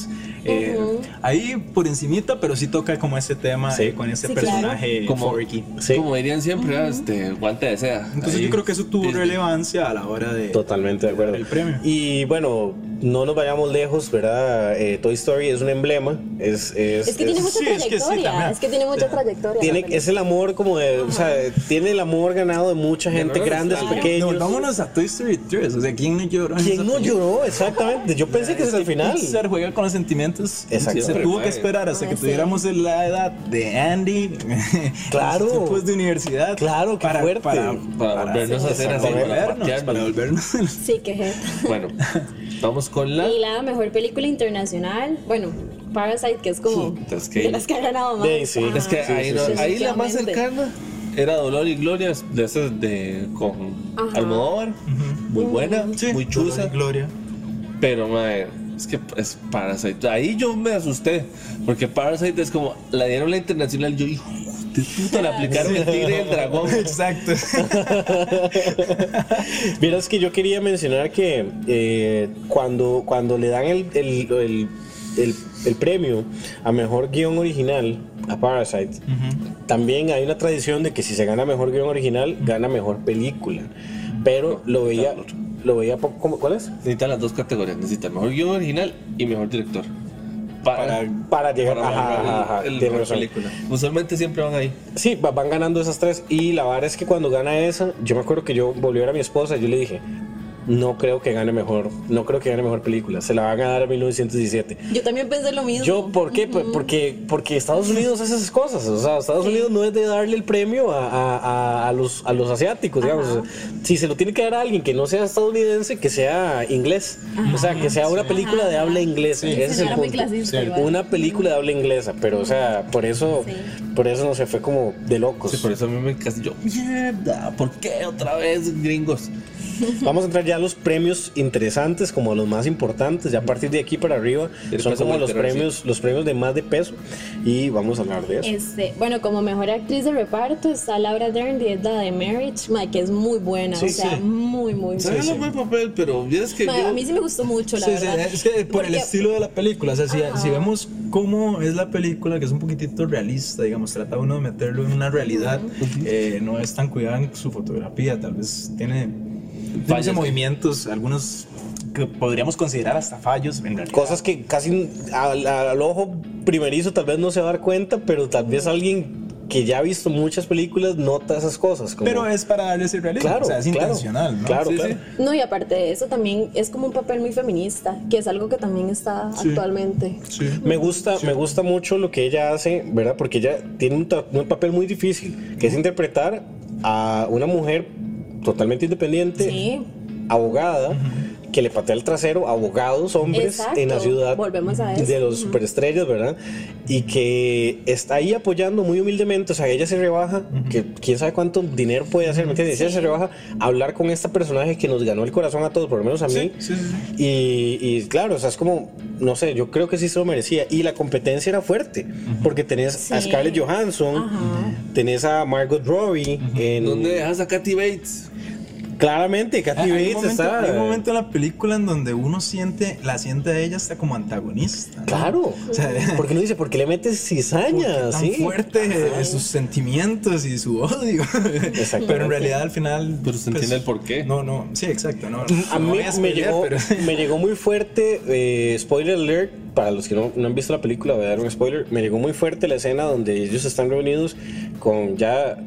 Ahí por encimita, pero sí toca como ese tema Sí. con ese Sí, personaje Como- Forky. Sí. Como dirían siempre, guante de seda. Entonces Ahí, yo creo que eso tuvo Disney. relevancia a la hora de Totalmente de acuerdo. el premio. Y bueno, no nos vayamos lejos, ¿verdad? Toy Story es un emblema. Es que tiene mucha sí, es que sí, trayectoria. también. Es que tiene mucha trayectoria. Tiene, la película. es el amor como de, o sea, tiene el amor ganado de mucha gente, no, grandes y claro. pequeños. No, vámonos a Toy Story 3. O sea, ¿quién no lloró? en esa ¿Quién no película? lloró? Exactamente. Yo pensé que ese era el final. Pixar juega con los sentimientos. Exacto. Se tuvo que Siempre esperar hasta que sí. tuviéramos la edad de Andy. Claro. Después de universidad. Claro, qué fuerte. Para volvernos a hacer así, para para volvernos, patearnos. para volvernos. Sí, que jeta. Bueno, vamos con la. Y la mejor película internacional, bueno, Parasite, que es como Es que- de las que ha ganado más. Sí, sí. Ajá. Es que ahí, sí, no- sí, ahí la más definitivamente. cercana era Dolor y Gloria de esas de con Ajá. Almodóvar, muy buena, Sí, muy chusa, Dolor y Gloria. pero madre, es que es Parasite. Ahí yo me asusté, porque Parasite es como la dieron la internacional, yo hijo de puta, le aplicaron el tigre y el dragón. Exacto. Vieras que yo quería mencionar que cuando le dan el premio a mejor guión original a Parasite, también hay una tradición de que si se gana mejor guión original, gana mejor película. Pero lo veía poco. ¿Cuál es? Necesitan las dos categorías, necesitan mejor guión original y mejor director. Para llegar para ajá, lograr ajá, el tiene mejor razón. película. Usualmente siempre van ahí. Sí, van ganando esas tres. Y la verdad es que cuando gana esa, yo me acuerdo que yo volví a ver a mi esposa y yo le dije, no creo que gane mejor película. Se la van a dar a 1917. Yo también pensé lo mismo. Yo, ¿por qué? Porque Estados Unidos hace esas cosas. O sea, Estados Unidos no es de darle el premio a los asiáticos, digamos. O sea, si se lo tiene que dar a alguien que no sea estadounidense, que sea inglés. O sea, que sea una película de habla inglesa. Ese es el Señora muy punto. clasista igual. Una película de habla inglesa. Pero, o sea, por eso no se fue como de locos. Sí, por eso a mí me casi yo, mierda, ¿por qué otra vez gringos? Vamos a entrar ya a los premios interesantes, como los más importantes. Ya a partir de aquí para arriba El son peso como los volterón, premios de más de peso. Y vamos a hablar de eso. Bueno, como mejor actriz de reparto está Laura Dern, que es la de Marriage, que es muy buena, Sí, o sea, sí. muy ¿Sabes buena. un buen papel? Pero vieras que A yo... mí sí me gustó mucho, la Sí, sí, verdad. es que por el Porque- estilo de la película, o sea, si vemos cómo es la película, que es un poquitito realista, digamos, trata uno de meterlo en una realidad, no es tan cuidada en su fotografía, tal vez tiene Fallos, movimientos, algunos que podríamos considerar hasta fallos, en realidad. Cosas que casi al ojo primerizo tal vez no se va a dar cuenta, pero tal vez alguien que ya ha visto muchas películas nota esas cosas. Como, Pero es para darle ese realismo, claro, o sea, es claro, intencional, ¿no? Claro, Sí, claro. sí. No, y aparte de eso también es como un papel muy feminista, que es algo que también está Sí. actualmente. Sí. Me gusta mucho lo que ella hace, ¿verdad? Porque ella tiene un papel muy difícil, que es interpretar a una mujer totalmente independiente, Sí. abogada, que le patea el trasero a abogados hombres Exacto. en la ciudad Volvemos a eso. de los superestrellas, ¿verdad? Y que está ahí apoyando muy humildemente, o sea, ella se rebaja, que quién sabe cuánto dinero puede hacer, ¿me entiendes? Ella se rebaja a hablar con esta personaje que nos ganó el corazón a todos, por lo menos a mí. Sí, sí, sí. Y claro, o sea, es como, no sé, yo creo que sí se lo merecía. Y la competencia era fuerte, porque tenés a Sí. Scarlett Johansson, tenés a Margot Robbie, en, ¿Dónde dejas a Kathy Bates? claramente, Kathy Bates está... Hay un momento en la película en donde uno la siente a ella hasta como antagonista, ¿no? Claro, O sea, porque uno dice, ¿por qué le metes cizaña? tan Sí. fuerte sus sentimientos y su odio. Exactamente. Pero en realidad al final. Pero se entiende el porqué. No, sí, exacto. No, A no mí voy a spoilear, pero- me llegó muy fuerte, spoiler alert, para los que no han visto la película, voy a dar un spoiler, me llegó muy fuerte la escena donde ellos están reunidos con ya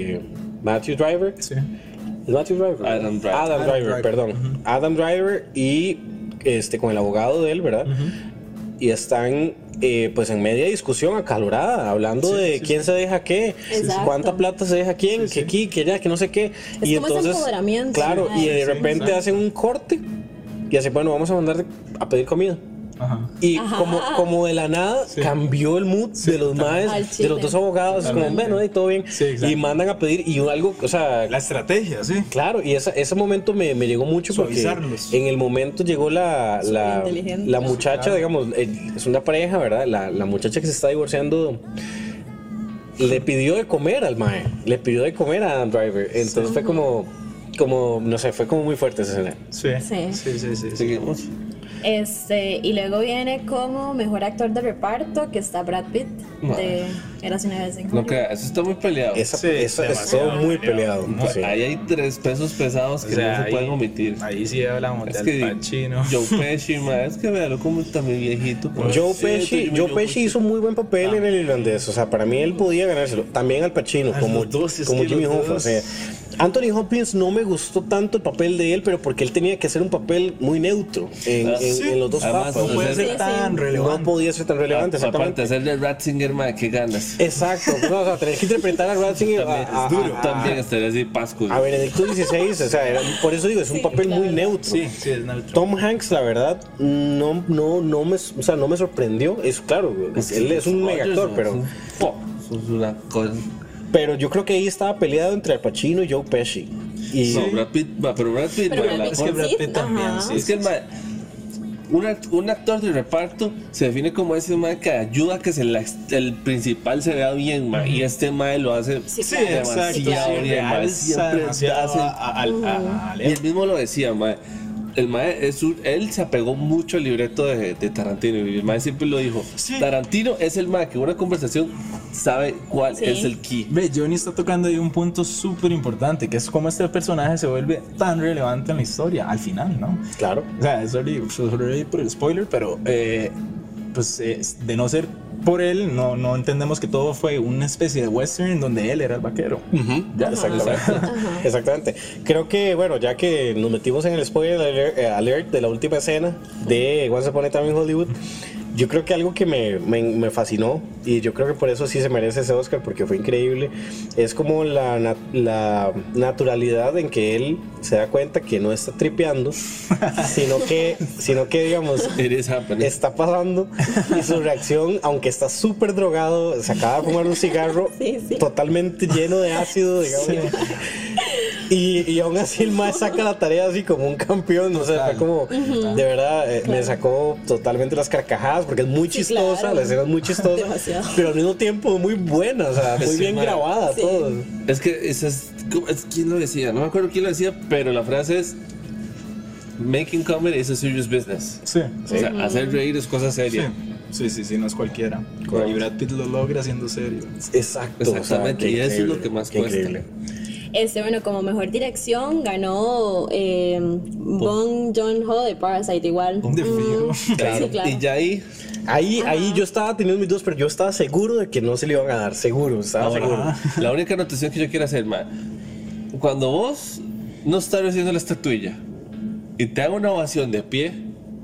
Matthew Driver. Sí. ¿Es Matthew Driver? Adam Driver. Adam Driver, perdón. Adam Driver y con el abogado de él, ¿verdad? Y están pues en media discusión acalorada, hablando de quién se deja qué, Exacto. cuánta plata se deja quién, que aquí, que allá, que no sé qué. Es y como ese entonces, empoderamiento, claro, ¿verdad? y de Sí, repente exacto. hacen un corte y hacen, bueno, vamos a mandar a pedir comida. Ajá. Y como de la nada cambió el mood de los Al maes, de chile. los dos abogados, como, Totalmente. bueno, ahí todo bien. Sí, exacto. Y mandan a pedir, y algo, o sea, La estrategia, sí. claro, y ese momento me llegó mucho porque Suavizarlos. en el momento llegó la Superinteligente. muchacha, Claro. digamos, es una pareja, ¿verdad? La muchacha que se está divorciando le pidió de comer al mae, le pidió de comer a Adam Driver. Entonces fue como, no sé, fue como muy fuerte esa escena. Sí. Sí. Sí. Seguimos. Y luego viene como mejor actor de reparto, que está Brad Pitt, de Érase una vez en No Hollywood. crea, eso está muy peleado. Esa es demasiado todo muy peleado. peleado. No, sí. Ahí hay 3 pesos pesados que no se pueden omitir. Ahí sí hablamos Es del que Pacino. Joe Pesci, es que véalo como está muy viejito. Joe Pesci hizo muy buen papel en el irlandés. O sea, para mí él podía ganárselo. También Al Pacino, como, los dos, es como que Jimmy los Hoffa. O dos. sea, Anthony Hopkins no me gustó tanto el papel de él, pero porque él tenía que hacer un papel muy neutro en los dos Además, papas. No puede Sí, ser tan sí. relevante. No podía ser tan relevante, Aparte exactamente. de ser de Ratzinger, qué ganas. Exacto, no, o sea, tenés que interpretar a Ratzinger También estaría así Pascu. a Benedicto XVI, o sea, por eso digo, es un papel muy neutro. Sí, es neutro. Tom Hanks, la verdad, no me sorprendió. Es claro, él es un mega actor, pero Es una cosa. yo creo que ahí estaba peleado entre Al Pacino y Joe Pesci. Y No, Brad Pitt, pero Brad Pitt, Pero mae, Brad la Pitt Es que Brad sí, Pitt también, ajá. sí. Es que el mae, un actor de reparto se define como ese mae que ayuda a que el principal se vea bien, mae, y este mae lo hace Sí, Sí, claro. exacto. demasiado Sí, bien, mae, realza siempre demasiado hace- a y él mismo lo decía, mae. El mae él se apegó mucho al libreto de Tarantino y el mae siempre lo dijo. Sí. Tarantino es el mae que en una conversación sabe cuál Sí. es el key. Ve, Johnny está tocando ahí un punto súper importante, que es cómo este personaje se vuelve tan relevante en la historia, al final, ¿no? claro, O sea, sorry por el spoiler, pero de no ser por él, no entendemos que todo fue una especie de western donde él era el vaquero. Ya, exactamente. Creo que, bueno, ya que nos metimos en el spoiler alert de la última escena de Once Upon a Time in Hollywood, yo creo que algo que me fascinó, y yo creo que por eso sí se merece ese Oscar, porque fue increíble, es como la naturalidad en que él se da cuenta que no está tripeando, sino que digamos, It is happening. está pasando, y su reacción, aunque está súper drogado, se acaba de fumar un cigarro Sí, sí. totalmente lleno de ácido, digamos. Y aún así el mae saca la tarea así como un campeón, no sé, fue como, de verdad, me sacó totalmente las carcajadas, porque es muy Sí, chistosa, claro. la escena es muy chistosa, Demasiado. pero al mismo tiempo muy buena, o sea, muy Sí, bien mae. grabada, Sí. todo. Es que ¿quién lo decía? No me acuerdo quién lo decía, pero la frase es Making comedy is a serious business. Sí, O sea, hacer reír es cosa seria. sí, no es cualquiera. Correcto. Y Brad Pitt lo logra siendo serio. Exacto, Exactamente, o sea, y qué eso es lo increíble, que más qué cuesta. increíble. Bueno, como mejor dirección ganó Bong Joon-ho de Parasite igual. De fijo. Sí, claro. Y ya ahí, Ahí yo estaba teniendo mis dos, pero yo estaba seguro de que no se le iban a dar, estaba seguro. ahora, la única anotación que yo quiero hacer, man, cuando vos no estás haciendo la estatuilla y te hago una ovación de pie,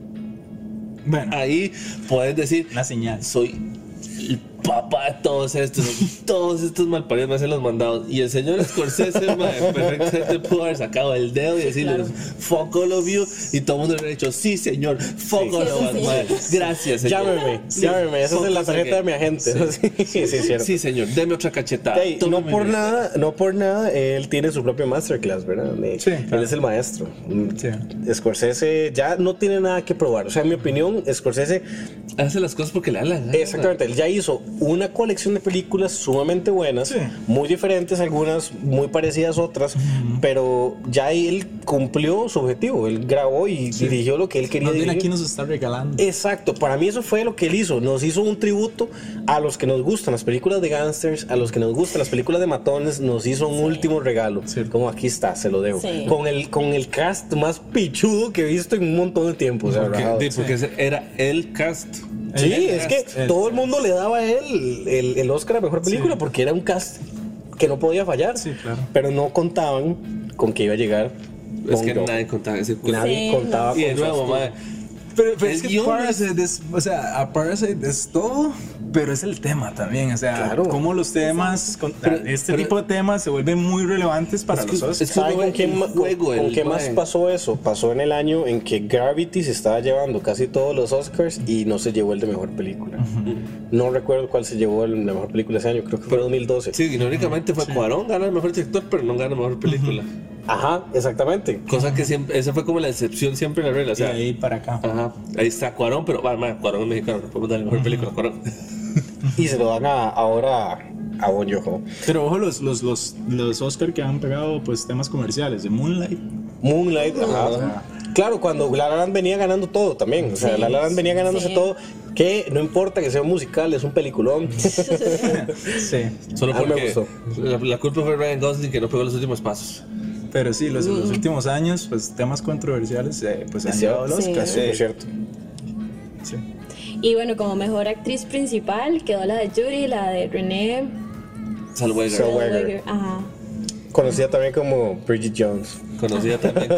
Bueno, ahí puedes decir, una señal. soy el papá de todos estos malparidos me hacen los mandados. Y el señor Scorsese, mae, perfectamente pudo haber sacado el dedo y decirle, Claro. fuck all of you, y todo el mundo le hubiera dicho, sí señor, fuck all of us, sí. mae. Gracias, señor. Llámeme, esa es la Fuck tarjeta de mi agente. Sí, es cierto. Sí, señor, deme otra cachetada. Ey, Tome no mi por vida. nada, él tiene su propio masterclass, ¿verdad? Sí, Él claro. es el maestro. Sí. Scorsese ya no tiene nada que probar. O sea, en mi opinión, Scorsese, Hace las cosas porque le dan la gana. exactamente, él ya hizo una colección de películas sumamente buenas, Sí. muy diferentes algunas, muy parecidas otras, pero ya él cumplió su objetivo. Él grabó y dirigió lo que él quería Más bien dirigir. aquí nos está regalando. Exacto, para mí eso fue lo que él hizo. Nos hizo un tributo a los que nos gustan las películas de gangsters, a los que nos gustan las películas de matones. Nos hizo un último regalo. Como aquí está, se lo dejo. Sí. Con el cast más pichudo que he visto en un montón de tiempo. O sea, rajado. Porque ese era el cast. Sí, El es que cast, todo el mundo le daba a él el Oscar a mejor película porque era un cast que no podía fallar. Sí, claro. Pero no contaban con que iba a llegar. Es que Bong Joon. nadie contaba ese cuento. Nadie Sí, contaba Y de con su nuevo, astucia. mae, Pero El es que guión Parasite es, o sea, a Parasite es todo, pero es el tema también, o sea, Claro. cómo los temas, este tipo de temas se vuelven muy relevantes para los Oscars. es que ¿Saben uno con ve quién el ma- juego, con el qué más mae. pasó eso? Pasó en el año en que Gravity se estaba llevando casi todos los Oscars y no se llevó el de mejor película. No recuerdo cuál se llevó el de mejor película ese año, creo que fue 2012. Sí, irónicamente fue Cuarón, gana el mejor director, pero no gana mejor película. Ajá, exactamente. Cosa que siempre, esa fue como la excepción siempre en la regla. O De sea, ahí para acá. ajá, ahí está Cuarón, pero Cuarón es mexicano, no podemos darle mejor película a Cuarón. Y se lo dan ahora a Bong Joon-ho. Pero ojo, los Oscar que han pegado pues temas comerciales, de Moonlight. Moonlight, ajá. O sea, Claro, cuando La La Land venía ganando todo también. O sea, Sí. La La Land venía ganándose Sí. todo. Que no importa que sea un musical, es un peliculón. Sí. Solo A mí me porque gustó. la culpa fue Ryan Gosling que no pegó los últimos pasos. Pero sí, los últimos años, pues temas controversiales, pues han Es llevado al Sí. Oscar. Por cierto. Sí. Y bueno, como mejor actriz principal quedó la de Judy, la de Renée Zellweger, Zellweger. Ajá. Conocida también como Bridget Jones. conocida también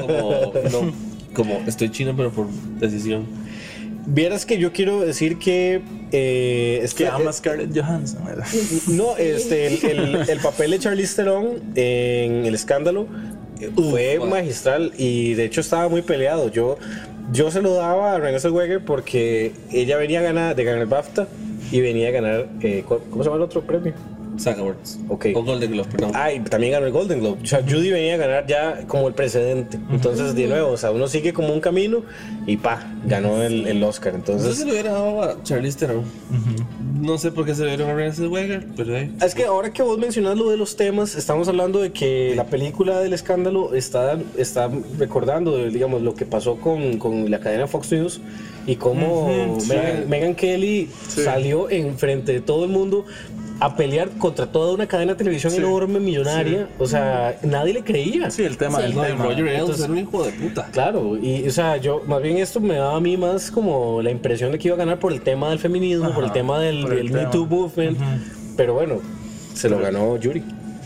como estoy chino pero por decisión. Vieras que yo quiero decir que Que ama Scarlett Johansson, ¿verdad? no, el papel de Charlize Theron en El Escándalo fue wow. magistral y de hecho estaba muy peleado. Yo se lo daba a Renée Zellweger porque ella venía de ganar el BAFTA y venía a ganar ¿cómo se llama el otro premio? SAG Awards. Ok. O Golden Globe, perdón. Y también ganó el Golden Globe. O sea, Judy venía a ganar ya como el precedente. Entonces, de nuevo, o sea, uno sigue como un camino y ganó el Oscar. Entonces Entonces, se lo hubiera dado a Charlize Theron. No sé por qué se lo dieron a Renée Zellweger, pero es que ahora que vos mencionas lo de los temas, estamos hablando de que la película del escándalo está recordando, digamos, lo que pasó con la cadena Fox News y cómo Megyn Kelly salió enfrente de todo el mundo a pelear contra toda una cadena de televisión enorme, millonaria. O sea, nadie le creía. Sí, el tema del no, y tema. Roger Ailes Entonces- era un hijo de puta. Claro, y o sea, más bien esto me daba a mí más como la impresión de que iba a ganar por el tema del feminismo, por el tema del por el Me tema. Too Movement, pero bueno, se lo ganó Yuri.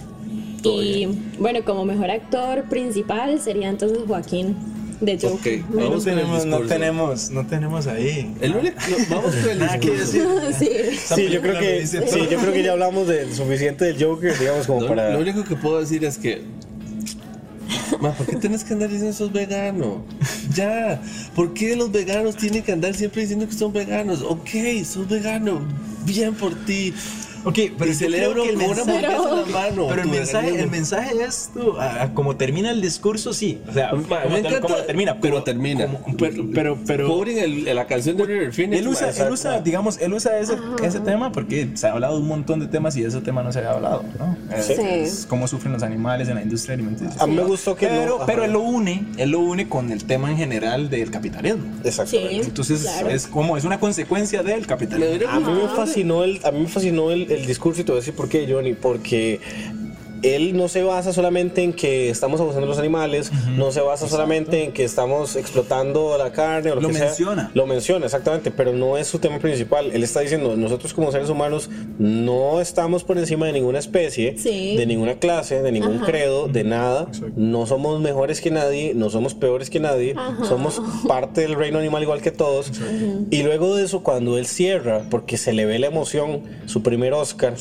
Y bueno, como mejor actor principal sería entonces Joaquín de Joker. Ok, vamos con el discurso. No tenemos ahí. El único, vamos con el Nada que discurso. decir. Sí. Sí, yo creo que yo creo que ya hablamos de suficiente del Joker, digamos, como para Lo único que puedo decir es que ¿por qué tienes que andar diciendo sos vegano? Ya, ¿por qué los veganos tienen que andar siempre diciendo que son veganos? Ok, sos vegano, bien por ti. Ok, pero Y yo celebro creo que el con una mensaje- hamburguesa en la mano. Pero tu veganismo. el mensaje de esto, como termina el discurso, sí. O sea, Me encanta, como termina. pero termina. Pero Cubren la canción de River Phoenix. él usa ese tema porque se ha hablado de un montón de temas y de ese tema no se había hablado, ¿no? Sí. Es cómo sufren los animales en la industria alimenticia. a mí me gustó que Pero él lo une con el tema en general del capitalismo. exactamente. Sí. Entonces Claro. es una consecuencia del capitalismo. A mí me fascinó el discurso y te voy a decir por qué, Johnny, porque él no se basa solamente en que estamos abusando de los animales, no se basa solamente en que estamos explotando la carne o lo que sea. menciona. Lo menciona, exactamente, pero no es su tema principal. Él está diciendo, nosotros como seres humanos no estamos por encima de ninguna especie, Sí. de ninguna clase, de ningún Ajá. credo, de nada. No somos mejores que nadie, no somos peores que nadie, somos parte del reino animal igual que todos. Y luego de eso, cuando él cierra, porque se le ve la emoción, su primer Oscar,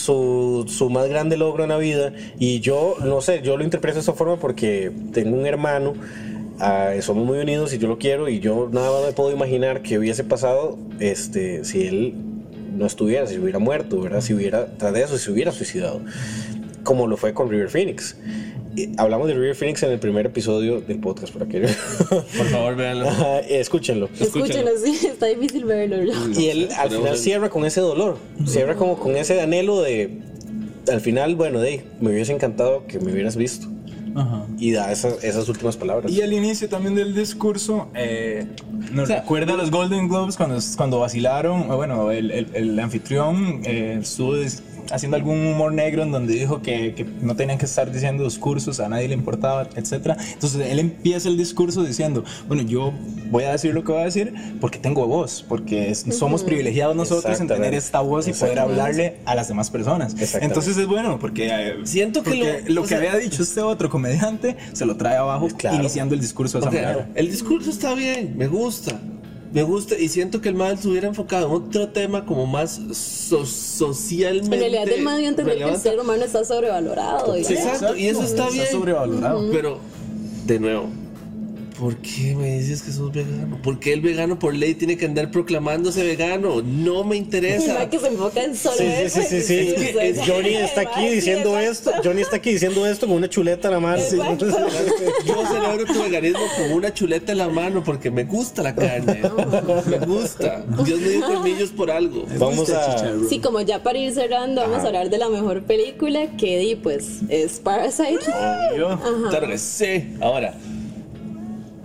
su más grande logro en la vida, y yo, no sé, yo lo interpreto de esta forma porque tengo un hermano, somos muy unidos y yo lo quiero, y yo nada más me puedo imaginar qué hubiese pasado si él no estuviera, si hubiera muerto, ¿verdad? Si hubiera, tras de eso, si se hubiera suicidado, como lo fue con River Phoenix. Hablamos de River Phoenix en el primer episodio del podcast, por aquí. Por favor, véanlo. Ajá, escúchenlo. Escúchenlo, sí, está difícil verlo. Y él al final cierra con ese dolor, cierra como con ese anhelo de, al final, bueno, me hubiese encantado que me hubieras visto. Ajá. Y da esas últimas palabras. Y al inicio también del discurso nos recuerda a los Golden Globes cuando vacilaron, bueno, el anfitrión estuvo haciendo algún humor negro en donde dijo que no tenían que estar diciendo discursos, a nadie le importaba, etc. Entonces él empieza el discurso diciendo, bueno, yo voy a decir lo que voy a decir porque tengo voz, porque somos privilegiados nosotros en tener esta voz y poder hablarle a las demás personas. Entonces es bueno porque Siento que lo que había dicho este otro comediante se lo trae abajo, Claro. iniciando el discurso de esa manera. El discurso está bien, me gusta. Me gusta y siento que el mal se hubiera enfocado en otro tema como más socialmente En realidad el man dio a entender que el relevante. ser humano está sobrevalorado. Sí, exacto, y eso está bien. sobrevalorado. Pero, de nuevo, ¿por qué me dices que sos vegano? ¿Por qué el vegano por ley tiene que andar proclamándose vegano? No me El interesa. man que se enfoca en solo Sí, eso. sí. Johnny está aquí diciendo esto. Johnny está aquí diciendo esto con una chuleta en la mano. Exacto. Yo celebro tu veganismo con una chuleta en la mano porque me gusta la carne. Me gusta. Dios me dio colmillos por algo. Vamos a. Sí, como ya para ir cerrando, vamos a hablar de la mejor película que pues es Parasite. Claro que sí. Ahora,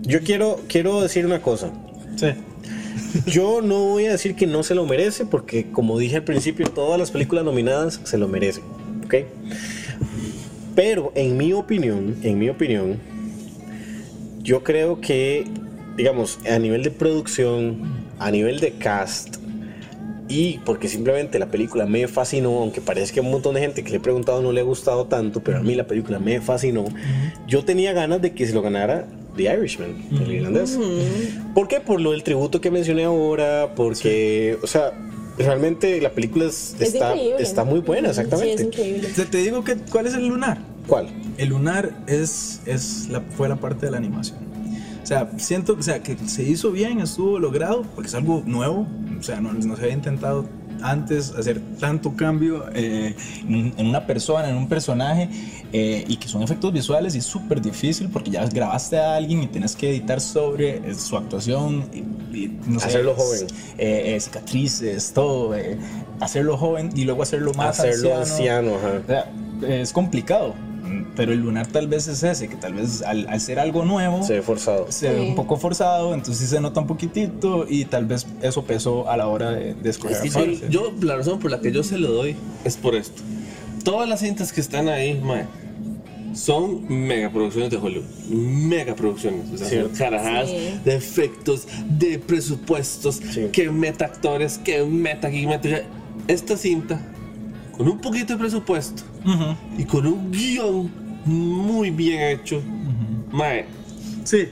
Yo quiero decir una cosa. Sí. Yo no voy a decir que no se lo merece, porque como dije al principio, todas las películas nominadas se lo merecen, ¿ok? Pero en mi opinión, yo creo que, digamos, a nivel de producción, a nivel de cast, y porque simplemente la película me fascinó, aunque parece que a un montón de gente que le he preguntado no le ha gustado tanto, pero a mí la película me fascinó, yo tenía ganas de que se lo ganara The Irishman, el irlandés. ¿Por qué? Por lo del tributo que mencioné ahora, porque, o sea, realmente la película está muy buena, exactamente. Sí, es increíble. O sea, te digo cuál es el lunar. ¿Cuál? El lunar fue la parte de la animación. O sea, siento que se hizo bien, estuvo logrado, porque es algo nuevo. O sea, no se había intentado antes hacer tanto cambio en una persona, en un personaje, y que son efectos visuales y es súper difícil porque ya grabaste a alguien y tienes que editar sobre su actuación y no sé, hacerlo joven, cicatrices, todo, hacerlo joven y luego hacerlo más anciano, ajá. O sea, es complicado. Pero el lunar tal vez es ese, que tal vez al ser algo nuevo se ve forzado. Se ve un poco forzado, entonces sí se nota un poquitito y tal vez eso pesó a la hora de escoger. Yo, la razón por la que yo se lo doy es por esto. Todas las cintas que están ahí, mae, son megaproducciones de Hollywood. Megaproducciones. O sea, son carajadas de efectos, de presupuestos, que meta actores, que meta aquí, meta allá. Esta cinta, con un poquito de presupuesto y con un guión muy bien hecho, mae, sí.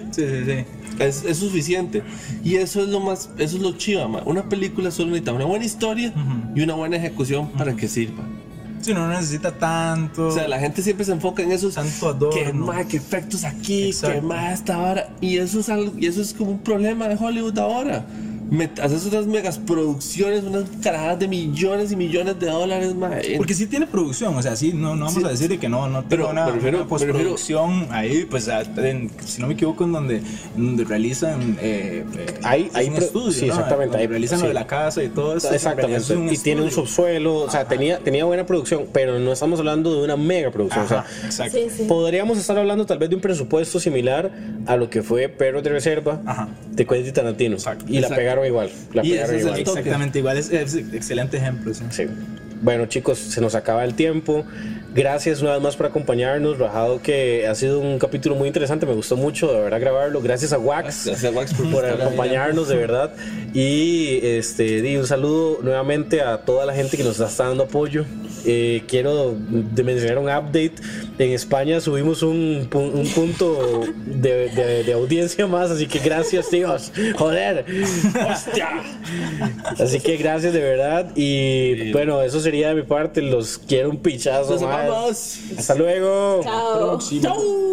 es suficiente. Y eso es lo chiva, mae. Una película solo necesita una buena historia y una buena ejecución para que sirva. Sí, no necesita tanto. O sea, la gente siempre se enfoca en esos tanto adorno. Que efectos aquí, exacto, que más esta hora. Y eso es como un problema de Hollywood ahora. Haces unas megas producciones, unas carajadas de millones y millones de dólares, mae. Porque sí tiene producción, o sea, sí, no vamos a decir de que no tiene una postproducción ahí, pues si no me equivoco, en donde realizan hay un estudio, sí, ¿no? exactamente, donde realizan lo de la casa y todo eso. Exactamente, y tiene un subsuelo, o sea, tenía buena producción, pero no estamos hablando de una mega producción. Ajá, o sea, exacto. Sí. Podríamos estar hablando tal vez de un presupuesto similar a lo que fue Perros de Reserva de Quentin Tarantino. Exacto. Y la pegaron igual. Exactamente igual, es excelente ejemplo. Sí. Bueno, chicos, se nos acaba el tiempo. Gracias una vez más por acompañarnos, Rajado, que ha sido un capítulo muy interesante, me gustó mucho de verdad grabarlo. Gracias a Wax, por acompañarnos, de verdad. Y un saludo nuevamente a toda la gente que nos está dando apoyo. Quiero mencionar un update. En España subimos un punto de audiencia más, así que gracias, tíos. Joder, hostia. Así que gracias de verdad. Y bueno, eso sería de mi parte. Los quiero un pichazo. Nos vamos. Hasta luego. Chao. Próximo.